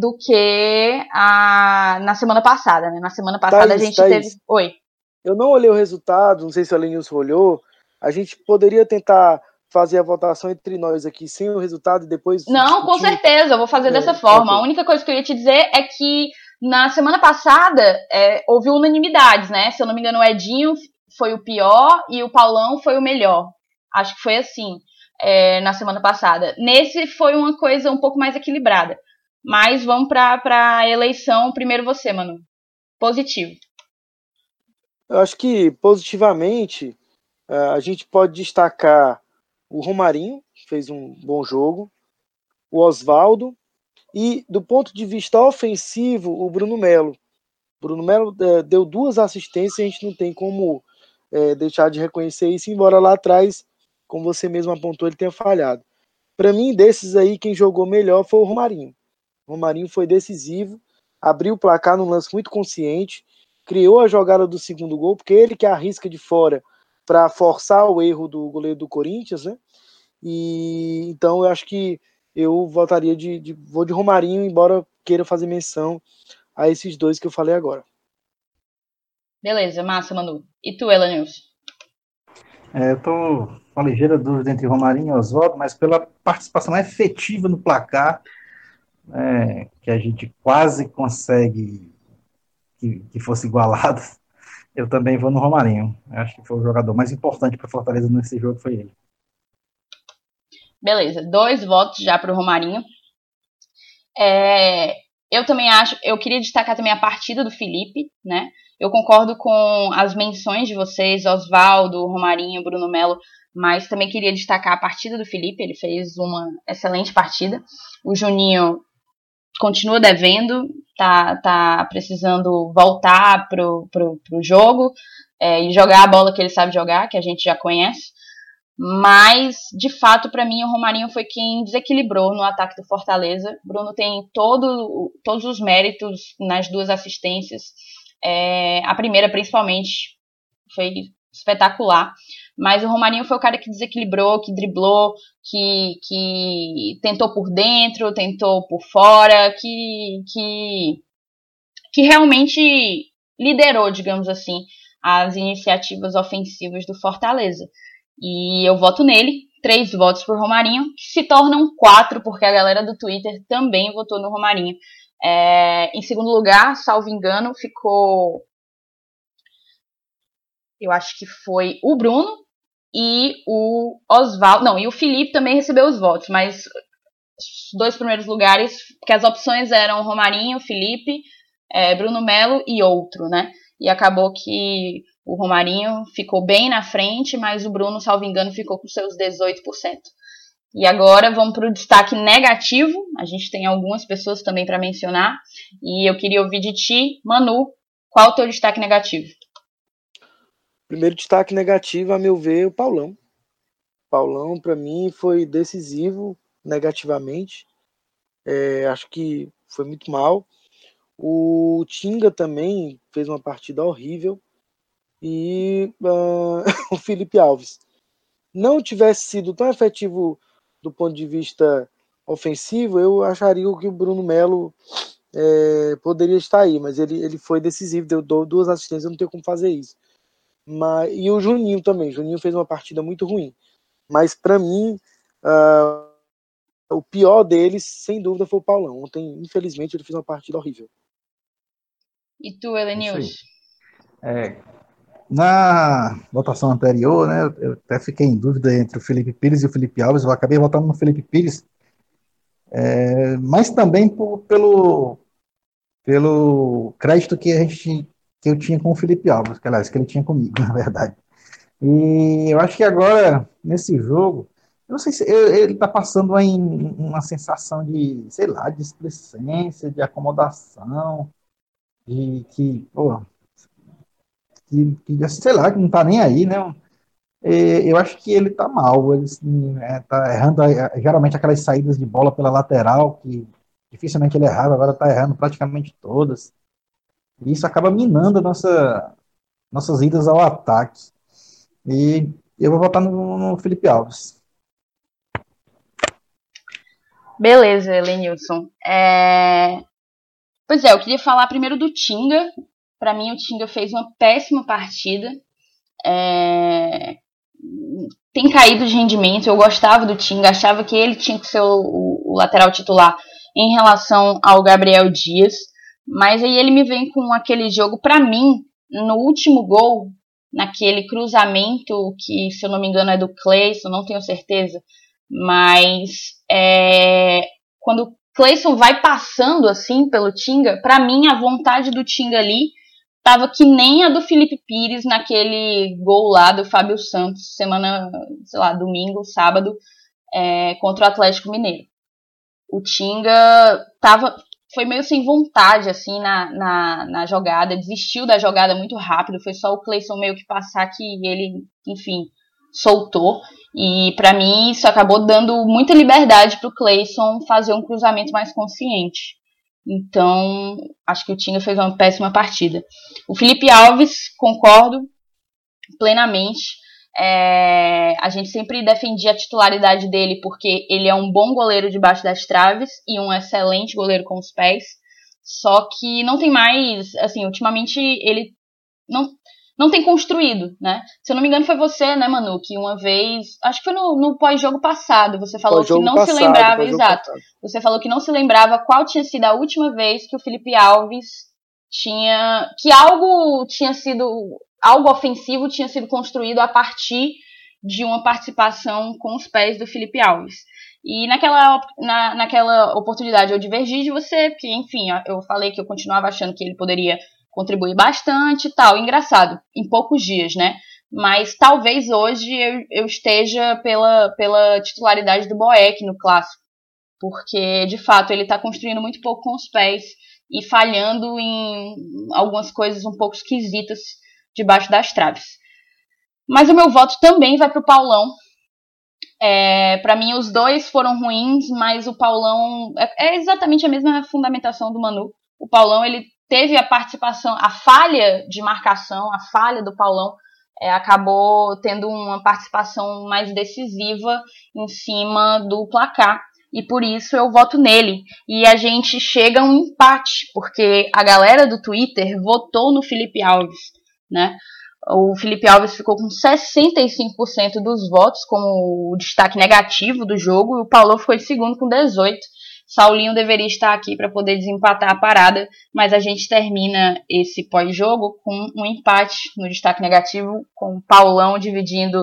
na semana passada, né? Na semana passada a gente teve... Oi. Eu não olhei o resultado, não sei se a Lenilson olhou. A gente poderia tentar fazer a votação entre nós aqui sem o resultado e depois... Não, com certeza, eu vou fazer dessa forma. A única coisa que eu ia te dizer é que na semana passada houve unanimidades, né? Se eu não me engano, o Edinho foi o pior e o Paulão foi o melhor. Acho que foi assim, na semana passada. Nesse foi uma coisa um pouco mais equilibrada. Mas vamos para a eleição. Primeiro você, Manu. Positivo. Eu acho que, positivamente, a gente pode destacar o Romarinho, que fez um bom jogo, o Osvaldo, e, do ponto de vista ofensivo, o Bruno Melo. O Bruno Melo deu 2 assistências, a gente não tem como deixar de reconhecer isso, embora lá atrás, como você mesmo apontou, ele tenha falhado. Para mim, desses aí, quem jogou melhor foi o Romarinho. O Romarinho foi decisivo, abriu o placar num lance muito consciente, criou a jogada do segundo gol, porque ele que arrisca de fora para forçar o erro do goleiro do Corinthians, né? E então eu acho que eu votaria vou de Romarinho, embora queira fazer menção a esses 2 que eu falei agora. Beleza, massa, Manu. E tu, Elenilson? Eu tô com a ligeira dúvida entre Romarinho e Osvaldo, mas pela participação efetiva no placar, que a gente quase consegue que fosse igualado, eu também vou no Romarinho. Acho que foi o jogador mais importante para o Fortaleza nesse jogo, foi ele. Beleza, 2 votos já para o Romarinho. Eu também eu queria destacar também a partida do Felipe, né? Eu concordo com as menções de vocês, Osvaldo, Romarinho, Bruno Melo, mas também queria destacar a partida do Felipe, ele fez uma excelente partida. O Juninho continua devendo, tá precisando voltar pro jogo e jogar a bola que ele sabe jogar, que a gente já conhece. Mas, de fato, para mim, o Romarinho foi quem desequilibrou no ataque do Fortaleza. Bruno tem todos os méritos nas 2 assistências. A primeira, principalmente, foi espetacular. Mas o Romarinho foi o cara que desequilibrou, que driblou, que tentou por dentro, tentou por fora, que realmente liderou, digamos assim, as iniciativas ofensivas do Fortaleza. E eu voto nele, 3 votos por Romarinho, que se tornam 4, porque a galera do Twitter também votou no Romarinho. Em segundo lugar, salvo engano, ficou... Eu acho que foi o Bruno e o Osvaldo. Não, e o Felipe também recebeu os votos, mas os 2 primeiros lugares, porque as opções eram Romarinho, Felipe, Bruno Melo e outro, né? E acabou que o Romarinho ficou bem na frente, mas o Bruno, salvo engano, ficou com seus 18%. E agora vamos para o destaque negativo. A gente tem algumas pessoas também para mencionar. E eu queria ouvir de ti, Manu, qual o teu destaque negativo? Primeiro destaque negativo, a meu ver, o Paulão. Paulão, para mim, foi decisivo negativamente. Acho que foi muito mal. O Tinga também fez uma partida horrível. E o Felipe Alves não tivesse sido tão efetivo do ponto de vista ofensivo, eu acharia que o Bruno Melo poderia estar aí, mas ele foi decisivo, deu 2 assistências, eu não tenho como fazer isso. E o Juninho também, Juninho fez uma partida muito ruim, mas para mim o pior deles, sem dúvida, foi o Paulão. Ontem, infelizmente, ele fez uma partida horrível. E tu, Elenilson? Na votação anterior, né, eu até fiquei em dúvida entre o Felipe Pires e o Felipe Alves. Eu acabei votando no Felipe Pires, mas também pelo crédito que eu tinha com o Felipe Alves, que, aliás, que ele tinha comigo, na verdade. E eu acho que agora, nesse jogo, eu não sei se ele está passando aí uma sensação de, sei lá, de displicência, de acomodação, de que, pô, sei lá, que não tá nem aí, né? Eu acho que ele tá mal, ele assim, tá errando geralmente aquelas saídas de bola pela lateral, que dificilmente ele errava, agora tá errando praticamente todas. E isso acaba minando nossas idas ao ataque. E eu vou votar no Felipe Alves. Beleza, Elenilson. Pois é, eu queria falar primeiro do Tinga. Para mim, o Tinga fez uma péssima partida. Tem caído de rendimento. Eu gostava do Tinga, achava que ele tinha que ser o lateral titular em relação ao Gabriel Dias. Mas aí ele me vem com aquele jogo, para mim, no último gol, naquele cruzamento que, se eu não me engano, é do Cleison, não tenho certeza. Mas quando o Cleison vai passando assim pelo Tinga, para mim a vontade do Tinga ali tava que nem a do Felipe Pires naquele gol lá do Fábio Santos, semana, sei lá, domingo, sábado, contra o Atlético Mineiro. O Tinga foi meio sem vontade assim na jogada, desistiu da jogada muito rápido, foi só o Cleison meio que passar que ele, enfim, soltou. E para mim isso acabou dando muita liberdade para o Cleison fazer um cruzamento mais consciente. Então, acho que o Tinga fez uma péssima partida. O Felipe Alves, concordo plenamente. A gente sempre defendia a titularidade dele porque ele é um bom goleiro debaixo das traves e um excelente goleiro com os pés. Só que não tem mais, assim, ultimamente ele não tem construído, né? Se eu não me engano foi você, né, Manu, que uma vez, acho que foi no pós-jogo passado, você falou que não se lembrava, exato, você falou que não se lembrava qual tinha sido a última vez que o Felipe Alves que algo ofensivo tinha sido construído a partir de uma participação com os pés do Felipe Alves. E naquela oportunidade eu divergi de você, porque, enfim, eu falei que eu continuava achando que ele poderia contribui bastante e tal, engraçado, em poucos dias, né? Mas talvez hoje eu esteja pela titularidade do Boeck no clássico, porque de fato ele está construindo muito pouco com os pés e falhando em algumas coisas um pouco esquisitas debaixo das traves. Mas o meu voto também vai para o Paulão. Para mim os dois foram ruins, mas o Paulão é exatamente a mesma fundamentação do Manu. O Paulão, ele teve a participação, a falha de marcação, a falha do Paulão acabou tendo uma participação mais decisiva em cima do placar. E por isso eu voto nele. E a gente chega a um empate, porque a galera do Twitter votou no Felipe Alves, né? O Felipe Alves ficou com 65% dos votos como o destaque negativo do jogo, e o Paulão ficou em segundo com 18%. Saulinho deveria estar aqui para poder desempatar a parada, mas a gente termina esse pós-jogo com um empate no destaque negativo, com o Paulão dividindo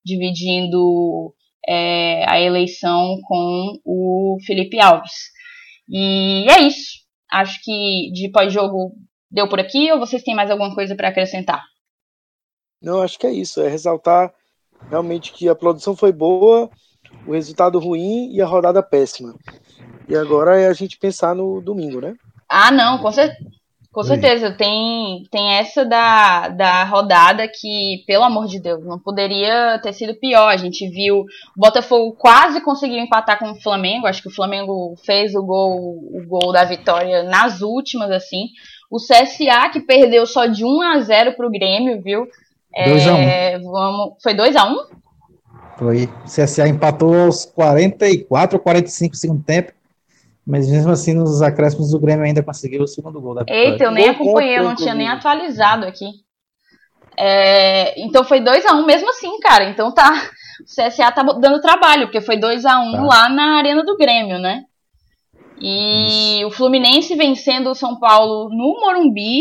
a eleição com o Felipe Alves. E é isso. Acho que de pós-jogo deu por aqui, ou vocês têm mais alguma coisa para acrescentar? Não, acho que é isso. É ressaltar realmente que a produção foi boa, o resultado ruim e a rodada péssima. E agora é a gente pensar no domingo, né? Ah, não, com certeza. Tem essa da rodada que, pelo amor de Deus, não poderia ter sido pior. A gente viu o Botafogo quase conseguiu empatar com o Flamengo. Acho que o Flamengo fez o gol da vitória nas últimas, assim. O CSA, que perdeu só de 1-0 pro Grêmio, viu? 2-1. Foi 2-1? Foi. O CSA empatou aos 44 ou 45 do segundo tempo. Mas mesmo assim, nos acréscimos, o Grêmio ainda conseguiu o segundo gol da vitória. Eita, eu nem acompanhei, eu não tinha nem atualizado aqui. Então foi 2-1 mesmo assim, cara. Então tá, o CSA tá dando trabalho, porque foi 2-1 lá na Arena do Grêmio, né? E o Fluminense vencendo o São Paulo no Morumbi,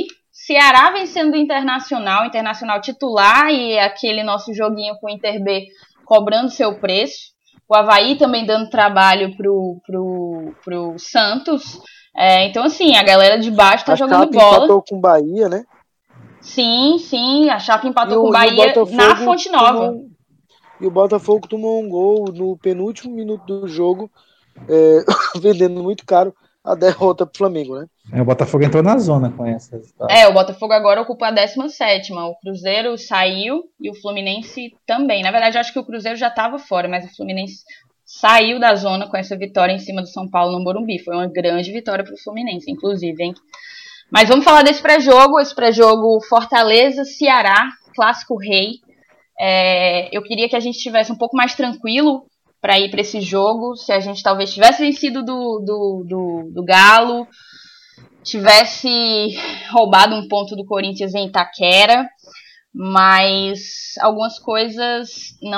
Ceará vencendo o Internacional titular e aquele nosso joguinho com o Inter B cobrando seu preço. O Avaí também dando trabalho pro Santos. Então, assim, a galera de baixo tá jogando bola. A Chape empatou com o Bahia, né? Sim, a Chape empatou com o Bahia na Fonte Nova. E o Botafogo tomou um gol no penúltimo minuto do jogo, vendendo muito caro a derrota pro Flamengo, né? O Botafogo entrou na zona com essa resultado. O Botafogo agora ocupa a 17ª. O Cruzeiro saiu e o Fluminense também. Na verdade, eu acho que o Cruzeiro já estava fora, mas o Fluminense saiu da zona com essa vitória em cima do São Paulo no Morumbi. Foi uma grande vitória pro Fluminense, inclusive, hein? Mas vamos falar desse pré-jogo. Esse pré-jogo Fortaleza-Ceará, clássico rei. Eu queria que a gente estivesse um pouco mais tranquilo para ir para esse jogo. Se a gente talvez tivesse vencido do Galo, tivesse roubado um ponto do Corinthians em Itaquera, mas algumas coisas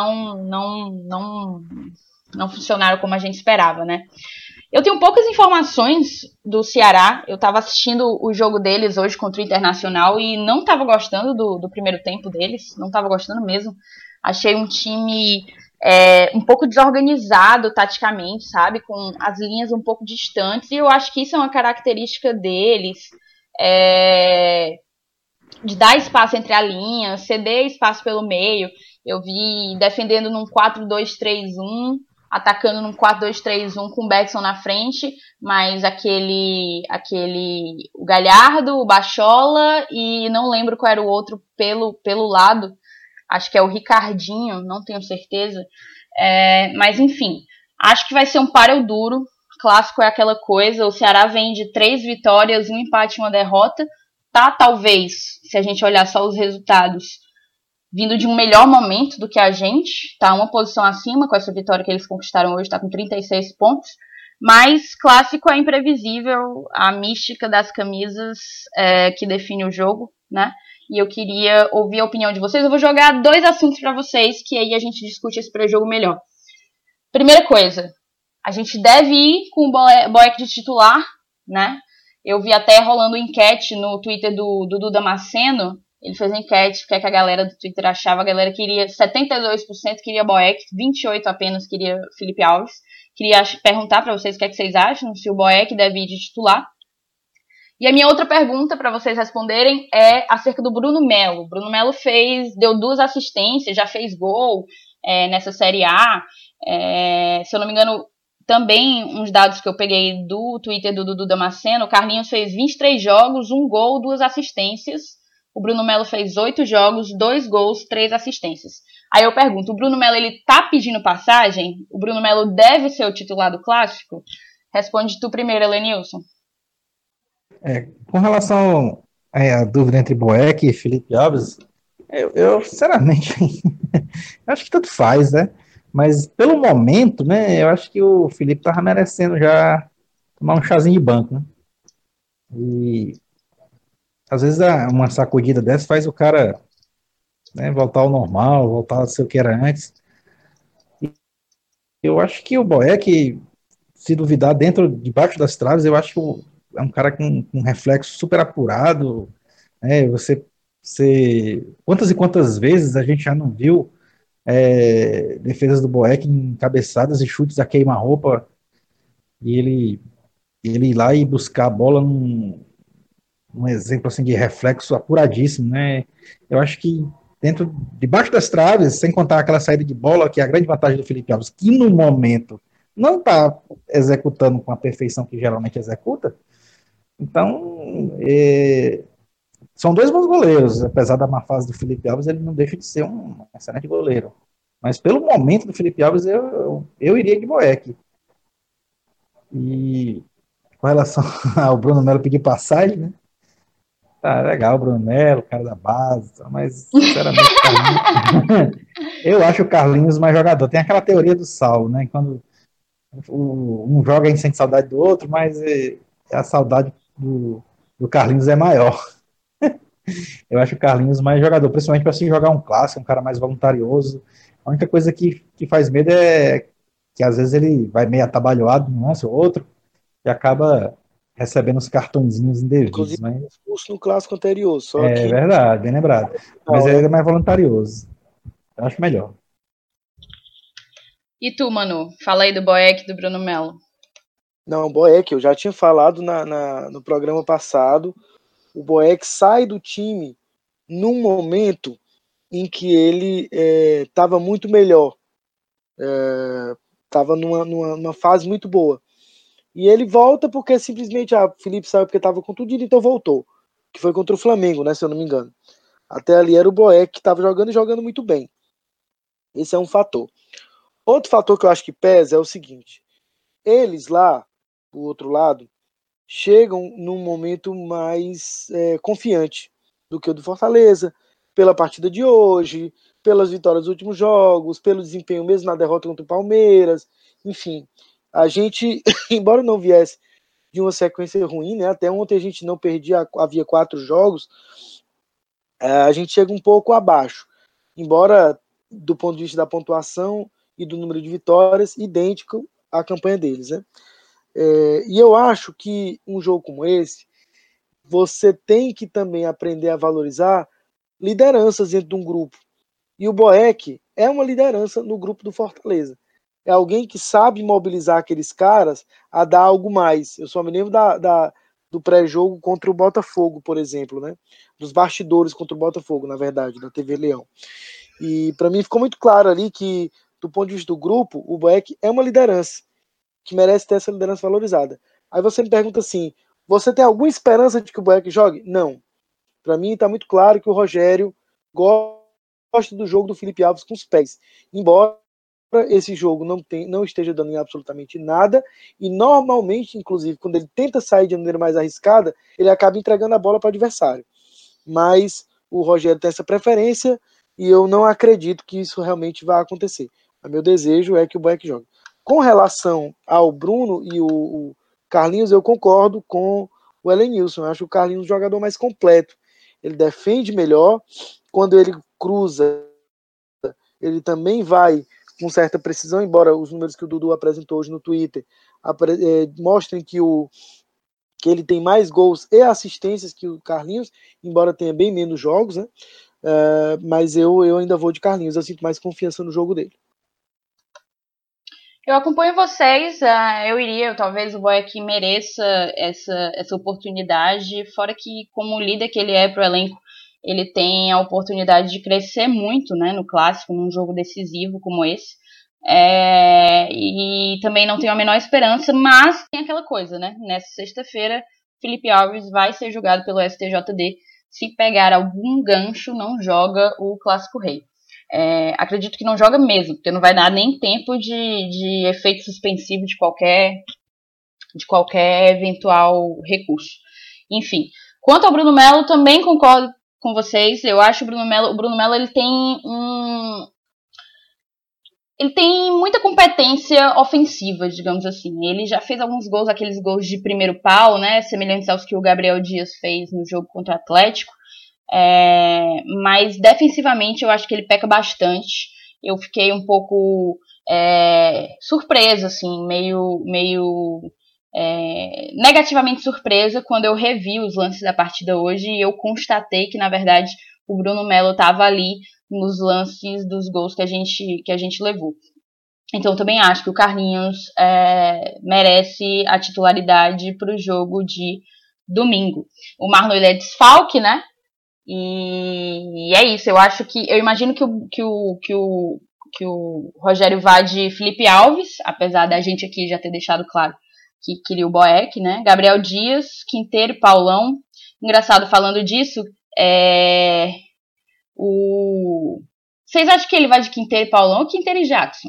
não funcionaram como a gente esperava, né? Eu tenho poucas informações do Ceará. Eu estava assistindo o jogo deles hoje contra o Internacional e não estava gostando do primeiro tempo deles. Não estava gostando mesmo. Achei um time um pouco desorganizado taticamente, sabe? Com as linhas um pouco distantes. E eu acho que isso é uma característica deles. De dar espaço entre a linha, ceder espaço pelo meio. Eu vi defendendo num 4-2-3-1, atacando num 4-2-3-1 com o Beckson na frente, mas o Galhardo, o Bachola e não lembro qual era o outro pelo lado, acho que é o Ricardinho, não tenho certeza, mas enfim, acho que vai ser um páreo duro. Clássico é aquela coisa, o Ceará vem de 3 vitórias, 1 empate e 1 derrota, tá talvez, se a gente olhar só os resultados, vindo de um melhor momento do que a gente, tá uma posição acima com essa vitória que eles conquistaram hoje, tá com 36 pontos, mas clássico é imprevisível, a mística das camisas que define o jogo, né? E eu queria ouvir a opinião de vocês. Eu vou jogar 2 assuntos para vocês, que aí a gente discute esse pré-jogo melhor. Primeira coisa, a gente deve ir com o Boeck de titular, né? Eu vi até rolando enquete no Twitter do Dudu Damasceno. Ele fez enquete, o que a galera do Twitter achava. A galera queria, 72% queria Boeck, 28% apenas queria Felipe Alves. Queria perguntar para vocês o que vocês acham, se o Boeck deve ir de titular. E a minha outra pergunta para vocês responderem é acerca do Bruno Melo. O Bruno Melo deu 2 assistências, já fez gol nessa Série A. Se eu não me engano, também uns dados que eu peguei do Twitter do Dudu Damasceno, o Carlinhos fez 23 jogos, 1 gol, 2 assistências. O Bruno Melo fez 8 jogos, 2 gols, 3 assistências. Aí eu pergunto, o Bruno Melo, ele tá pedindo passagem? O Bruno Melo deve ser o titular do Clássico? Responde tu primeiro, Elenilson. Com relação à dúvida entre Boeck e Felipe Alves, eu sinceramente, acho que tanto faz, né? Mas pelo momento, né, eu acho que o Felipe tava merecendo já tomar um chazinho de banco, né? E às vezes uma sacudida dessa faz o cara, né, voltar ao normal, voltar a ser o que era antes. E eu acho que o Boeck, se duvidar debaixo das traves, eu acho que é um cara com um reflexo super apurado, né? Quantas e quantas vezes a gente já não viu defesas do Boeck em cabeçadas e chutes a queima-roupa, e ele ir lá e buscar a bola um exemplo assim de reflexo apuradíssimo, né? Eu acho que debaixo das traves, sem contar aquela saída de bola, que é a grande vantagem do Felipe Alves, que no momento não está executando com a perfeição que geralmente executa. Então, são 2 bons goleiros, apesar da má fase do Felipe Alves, ele não deixa de ser um excelente goleiro. Mas pelo momento do Felipe Alves, eu iria de Boeck. E com relação ao Bruno Melo pedir passagem, né? Tá legal, Bruno Melo, cara da base, mas sinceramente eu acho o Carlinhos mais jogador. Tem aquela teoria do Saulo, né? Quando um joga e sente saudade do outro, mas a saudade do Carlinhos é maior. Eu acho o Carlinhos mais jogador, principalmente para se jogar um clássico, um cara mais voluntarioso. A única coisa que faz medo é que às vezes ele vai meio atabalhoado num lance ou outro e acaba recebendo os cartõezinhos indevidos. Inclusive, Mas expulso no clássico anterior. Só é que verdade, bem lembrado. Mas ele é mais voluntarioso. Eu acho melhor. E tu, Manu? Fala aí do Boeck e do Bruno Melo. Não, o Boeck, eu já tinha falado no programa passado. O Boeck sai do time num momento em que ele estava muito melhor. Estava numa fase muito boa. E ele volta porque simplesmente o Felipe saiu porque estava contundido, então voltou. Que foi contra o Flamengo, né, se eu não me engano. Até ali era o Boeck que estava jogando e jogando muito bem. Esse é um fator. Outro fator que eu acho que pesa é o seguinte. Eles lá, do outro lado, chegam num momento mais confiante do que o do Fortaleza, pela partida de hoje, pelas vitórias dos últimos jogos, pelo desempenho mesmo na derrota contra o Palmeiras, enfim. A gente, embora não viesse de uma sequência ruim, né, até ontem a gente não perdia, havia 4 jogos, a gente chega um pouco abaixo, embora do ponto de vista da pontuação e do número de vitórias, idêntico à campanha deles, né? E eu acho que um jogo como esse, você tem que também aprender a valorizar lideranças dentro de um grupo. E o Boeck é uma liderança no grupo do Fortaleza. É alguém que sabe mobilizar aqueles caras a dar algo mais. Eu só me lembro do pré-jogo contra o Botafogo, por exemplo, né? Dos bastidores contra o Botafogo, na verdade, da TV Leão. E para mim ficou muito claro ali que, do ponto de vista do grupo, o Boeck é uma liderança que merece ter essa liderança valorizada. Aí você me pergunta assim, você tem alguma esperança de que o Boeck jogue? Não. Para mim está muito claro que o Rogério gosta do jogo do Felipe Alves com os pés. Embora esse jogo não esteja dando em absolutamente nada, e normalmente, inclusive, quando ele tenta sair de maneira mais arriscada, ele acaba entregando a bola para o adversário. Mas o Rogério tem essa preferência e eu não acredito que isso realmente vai acontecer. O meu desejo é que o Boeck jogue. Com relação ao Bruno e o Carlinhos, eu concordo com o Elenilson. Eu acho o Carlinhos um jogador mais completo. Ele defende melhor. Quando ele cruza, ele também vai com certa precisão, embora os números que o Dudu apresentou hoje no Twitter mostrem que ele tem mais gols e assistências que o Carlinhos, embora tenha bem menos jogos, né? Mas eu ainda vou de Carlinhos. Eu sinto mais confiança no jogo dele. Eu acompanho vocês, talvez o Boeck mereça essa oportunidade, fora que como líder que ele é pro elenco, ele tem a oportunidade de crescer muito, né, no clássico, num jogo decisivo como esse, e também não tenho a menor esperança, mas tem aquela coisa, né, nessa sexta-feira, Felipe Alves vai ser julgado pelo STJD, se pegar algum gancho, não joga o Clássico Rei. Acredito que não joga mesmo, porque não vai dar nem tempo de efeito suspensivo de qualquer eventual recurso. Enfim, quanto ao Bruno Melo, também concordo com vocês. Eu acho o Bruno Melo ele tem muita competência ofensiva, digamos assim. Ele já fez alguns gols, aqueles gols de primeiro pau, né, semelhantes aos que o Gabriel Dias fez no jogo contra o Atlético. Mas defensivamente eu acho que ele peca bastante. Eu fiquei um pouco surpresa, assim, meio negativamente surpresa quando eu revi os lances da partida hoje e eu constatei que, na verdade, o Bruno Melo estava ali nos lances dos gols que a gente levou. Então eu também acho que o Carlinhos merece a titularidade para o jogo de domingo. O Marlon ele é desfalque, né? E é isso, eu imagino que o Rogério vá de Felipe Alves, apesar da gente aqui já ter deixado claro que queria o Boeck, né? Gabriel Dias, Quinteiro e Paulão. Engraçado falando disso, vocês acham que ele vai de Quinteiro e Paulão ou Quinteiro e Jackson?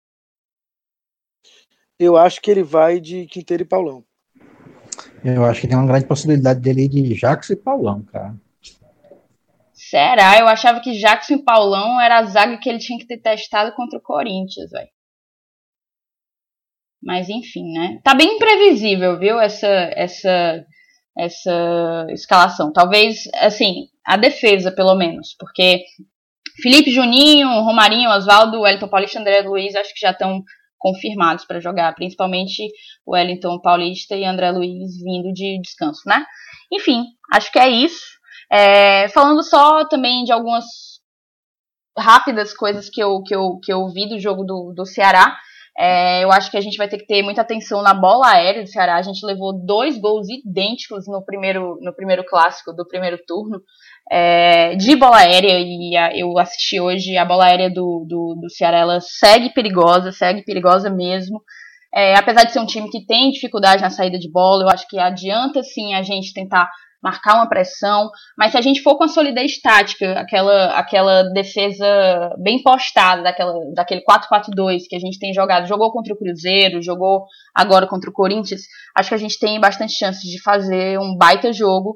Eu acho que ele vai de Quinteiro e Paulão. Eu acho que tem uma grande possibilidade dele ir de Jackson e Paulão, cara. Será? Eu achava que Jackson e Paulão era a zaga que ele tinha que ter testado contra o Corinthians, velho. Mas enfim, né? Tá bem imprevisível, viu? Essa escalação. Talvez, assim, a defesa, pelo menos. Porque Felipe, Juninho, Romarinho, Oswaldo, Wellington Paulista, André Luiz, acho que já estão confirmados para jogar, principalmente o Wellington Paulista e André Luiz vindo de descanso, né? Enfim, acho que é isso. Falando só também de algumas rápidas coisas que eu vi do jogo do Ceará, eu acho que a gente vai ter que ter muita atenção na bola aérea do Ceará. A gente levou 2 gols idênticos no primeiro clássico do primeiro turno de bola aérea, e eu assisti hoje a bola aérea do Ceará. Ela segue perigosa mesmo. Apesar de ser um time que tem dificuldade na saída de bola, eu acho que adianta sim a gente tentar marcar uma pressão, mas se a gente for com a solidez tática, aquela defesa bem postada, daquele 4-4-2 que a gente tem jogou contra o Cruzeiro, jogou agora contra o Corinthians, acho que a gente tem bastante chance de fazer um baita jogo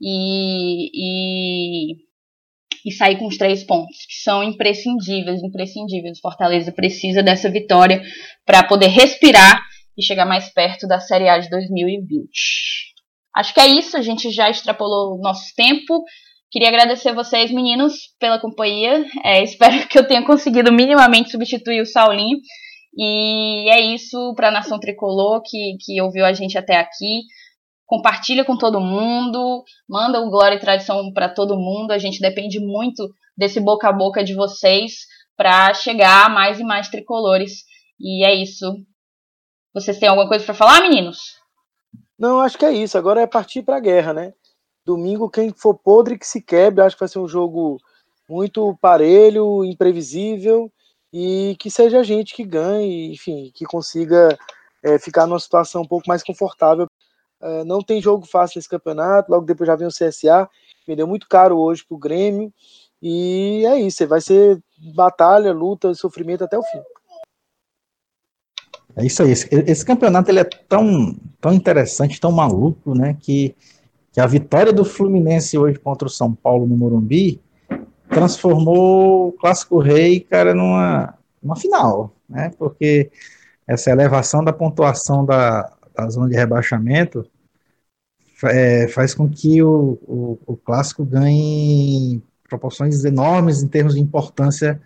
e sair com os 3 pontos, que são imprescindíveis. Fortaleza precisa dessa vitória para poder respirar e chegar mais perto da Série A de 2020. Acho que é isso, a gente já extrapolou o nosso tempo. Queria agradecer vocês, meninos, pela companhia. Espero que eu tenha conseguido minimamente substituir o Saulinho. E é isso para a Nação Tricolor que ouviu a gente até aqui. Compartilha com todo mundo, manda o Glória e Tradição para todo mundo. A gente depende muito desse boca a boca de vocês para chegar a mais e mais tricolores. E é isso. Vocês têm alguma coisa para falar, meninos? Não, acho que é isso. Agora é partir para a guerra, né? Domingo, quem for podre que se quebre. Acho que vai ser um jogo muito parelho, imprevisível, e que seja a gente que ganhe, enfim, que consiga ficar numa situação um pouco mais confortável. Não tem jogo fácil nesse campeonato. Logo depois já vem o CSA, vendeu muito caro hoje pro Grêmio. E é isso. Vai ser batalha, luta, sofrimento até o fim. É isso aí. Esse campeonato ele é tão interessante, tão maluco, né? Que a vitória do Fluminense hoje contra o São Paulo no Morumbi transformou o Clássico Rei, cara, numa final, né? Porque essa elevação da pontuação da zona de rebaixamento faz com que o Clássico ganhe proporções enormes em termos de importância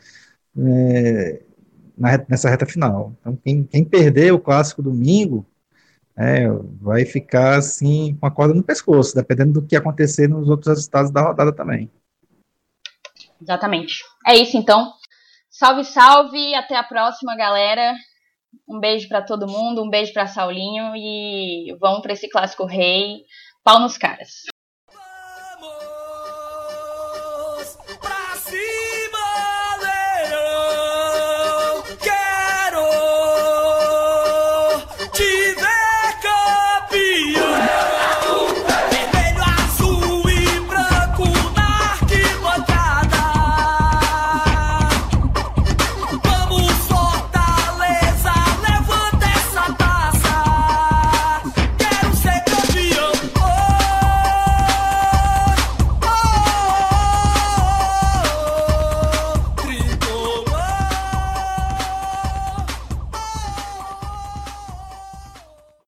nessa reta final. Então, quem perder o Clássico domingo vai ficar assim com a corda no pescoço, dependendo do que acontecer nos outros resultados da rodada também. Exatamente. É isso então. Salve, salve, até a próxima, galera. Um beijo para todo mundo, um beijo para Saulinho e vamos para esse Clássico Rei. Pau nos caras.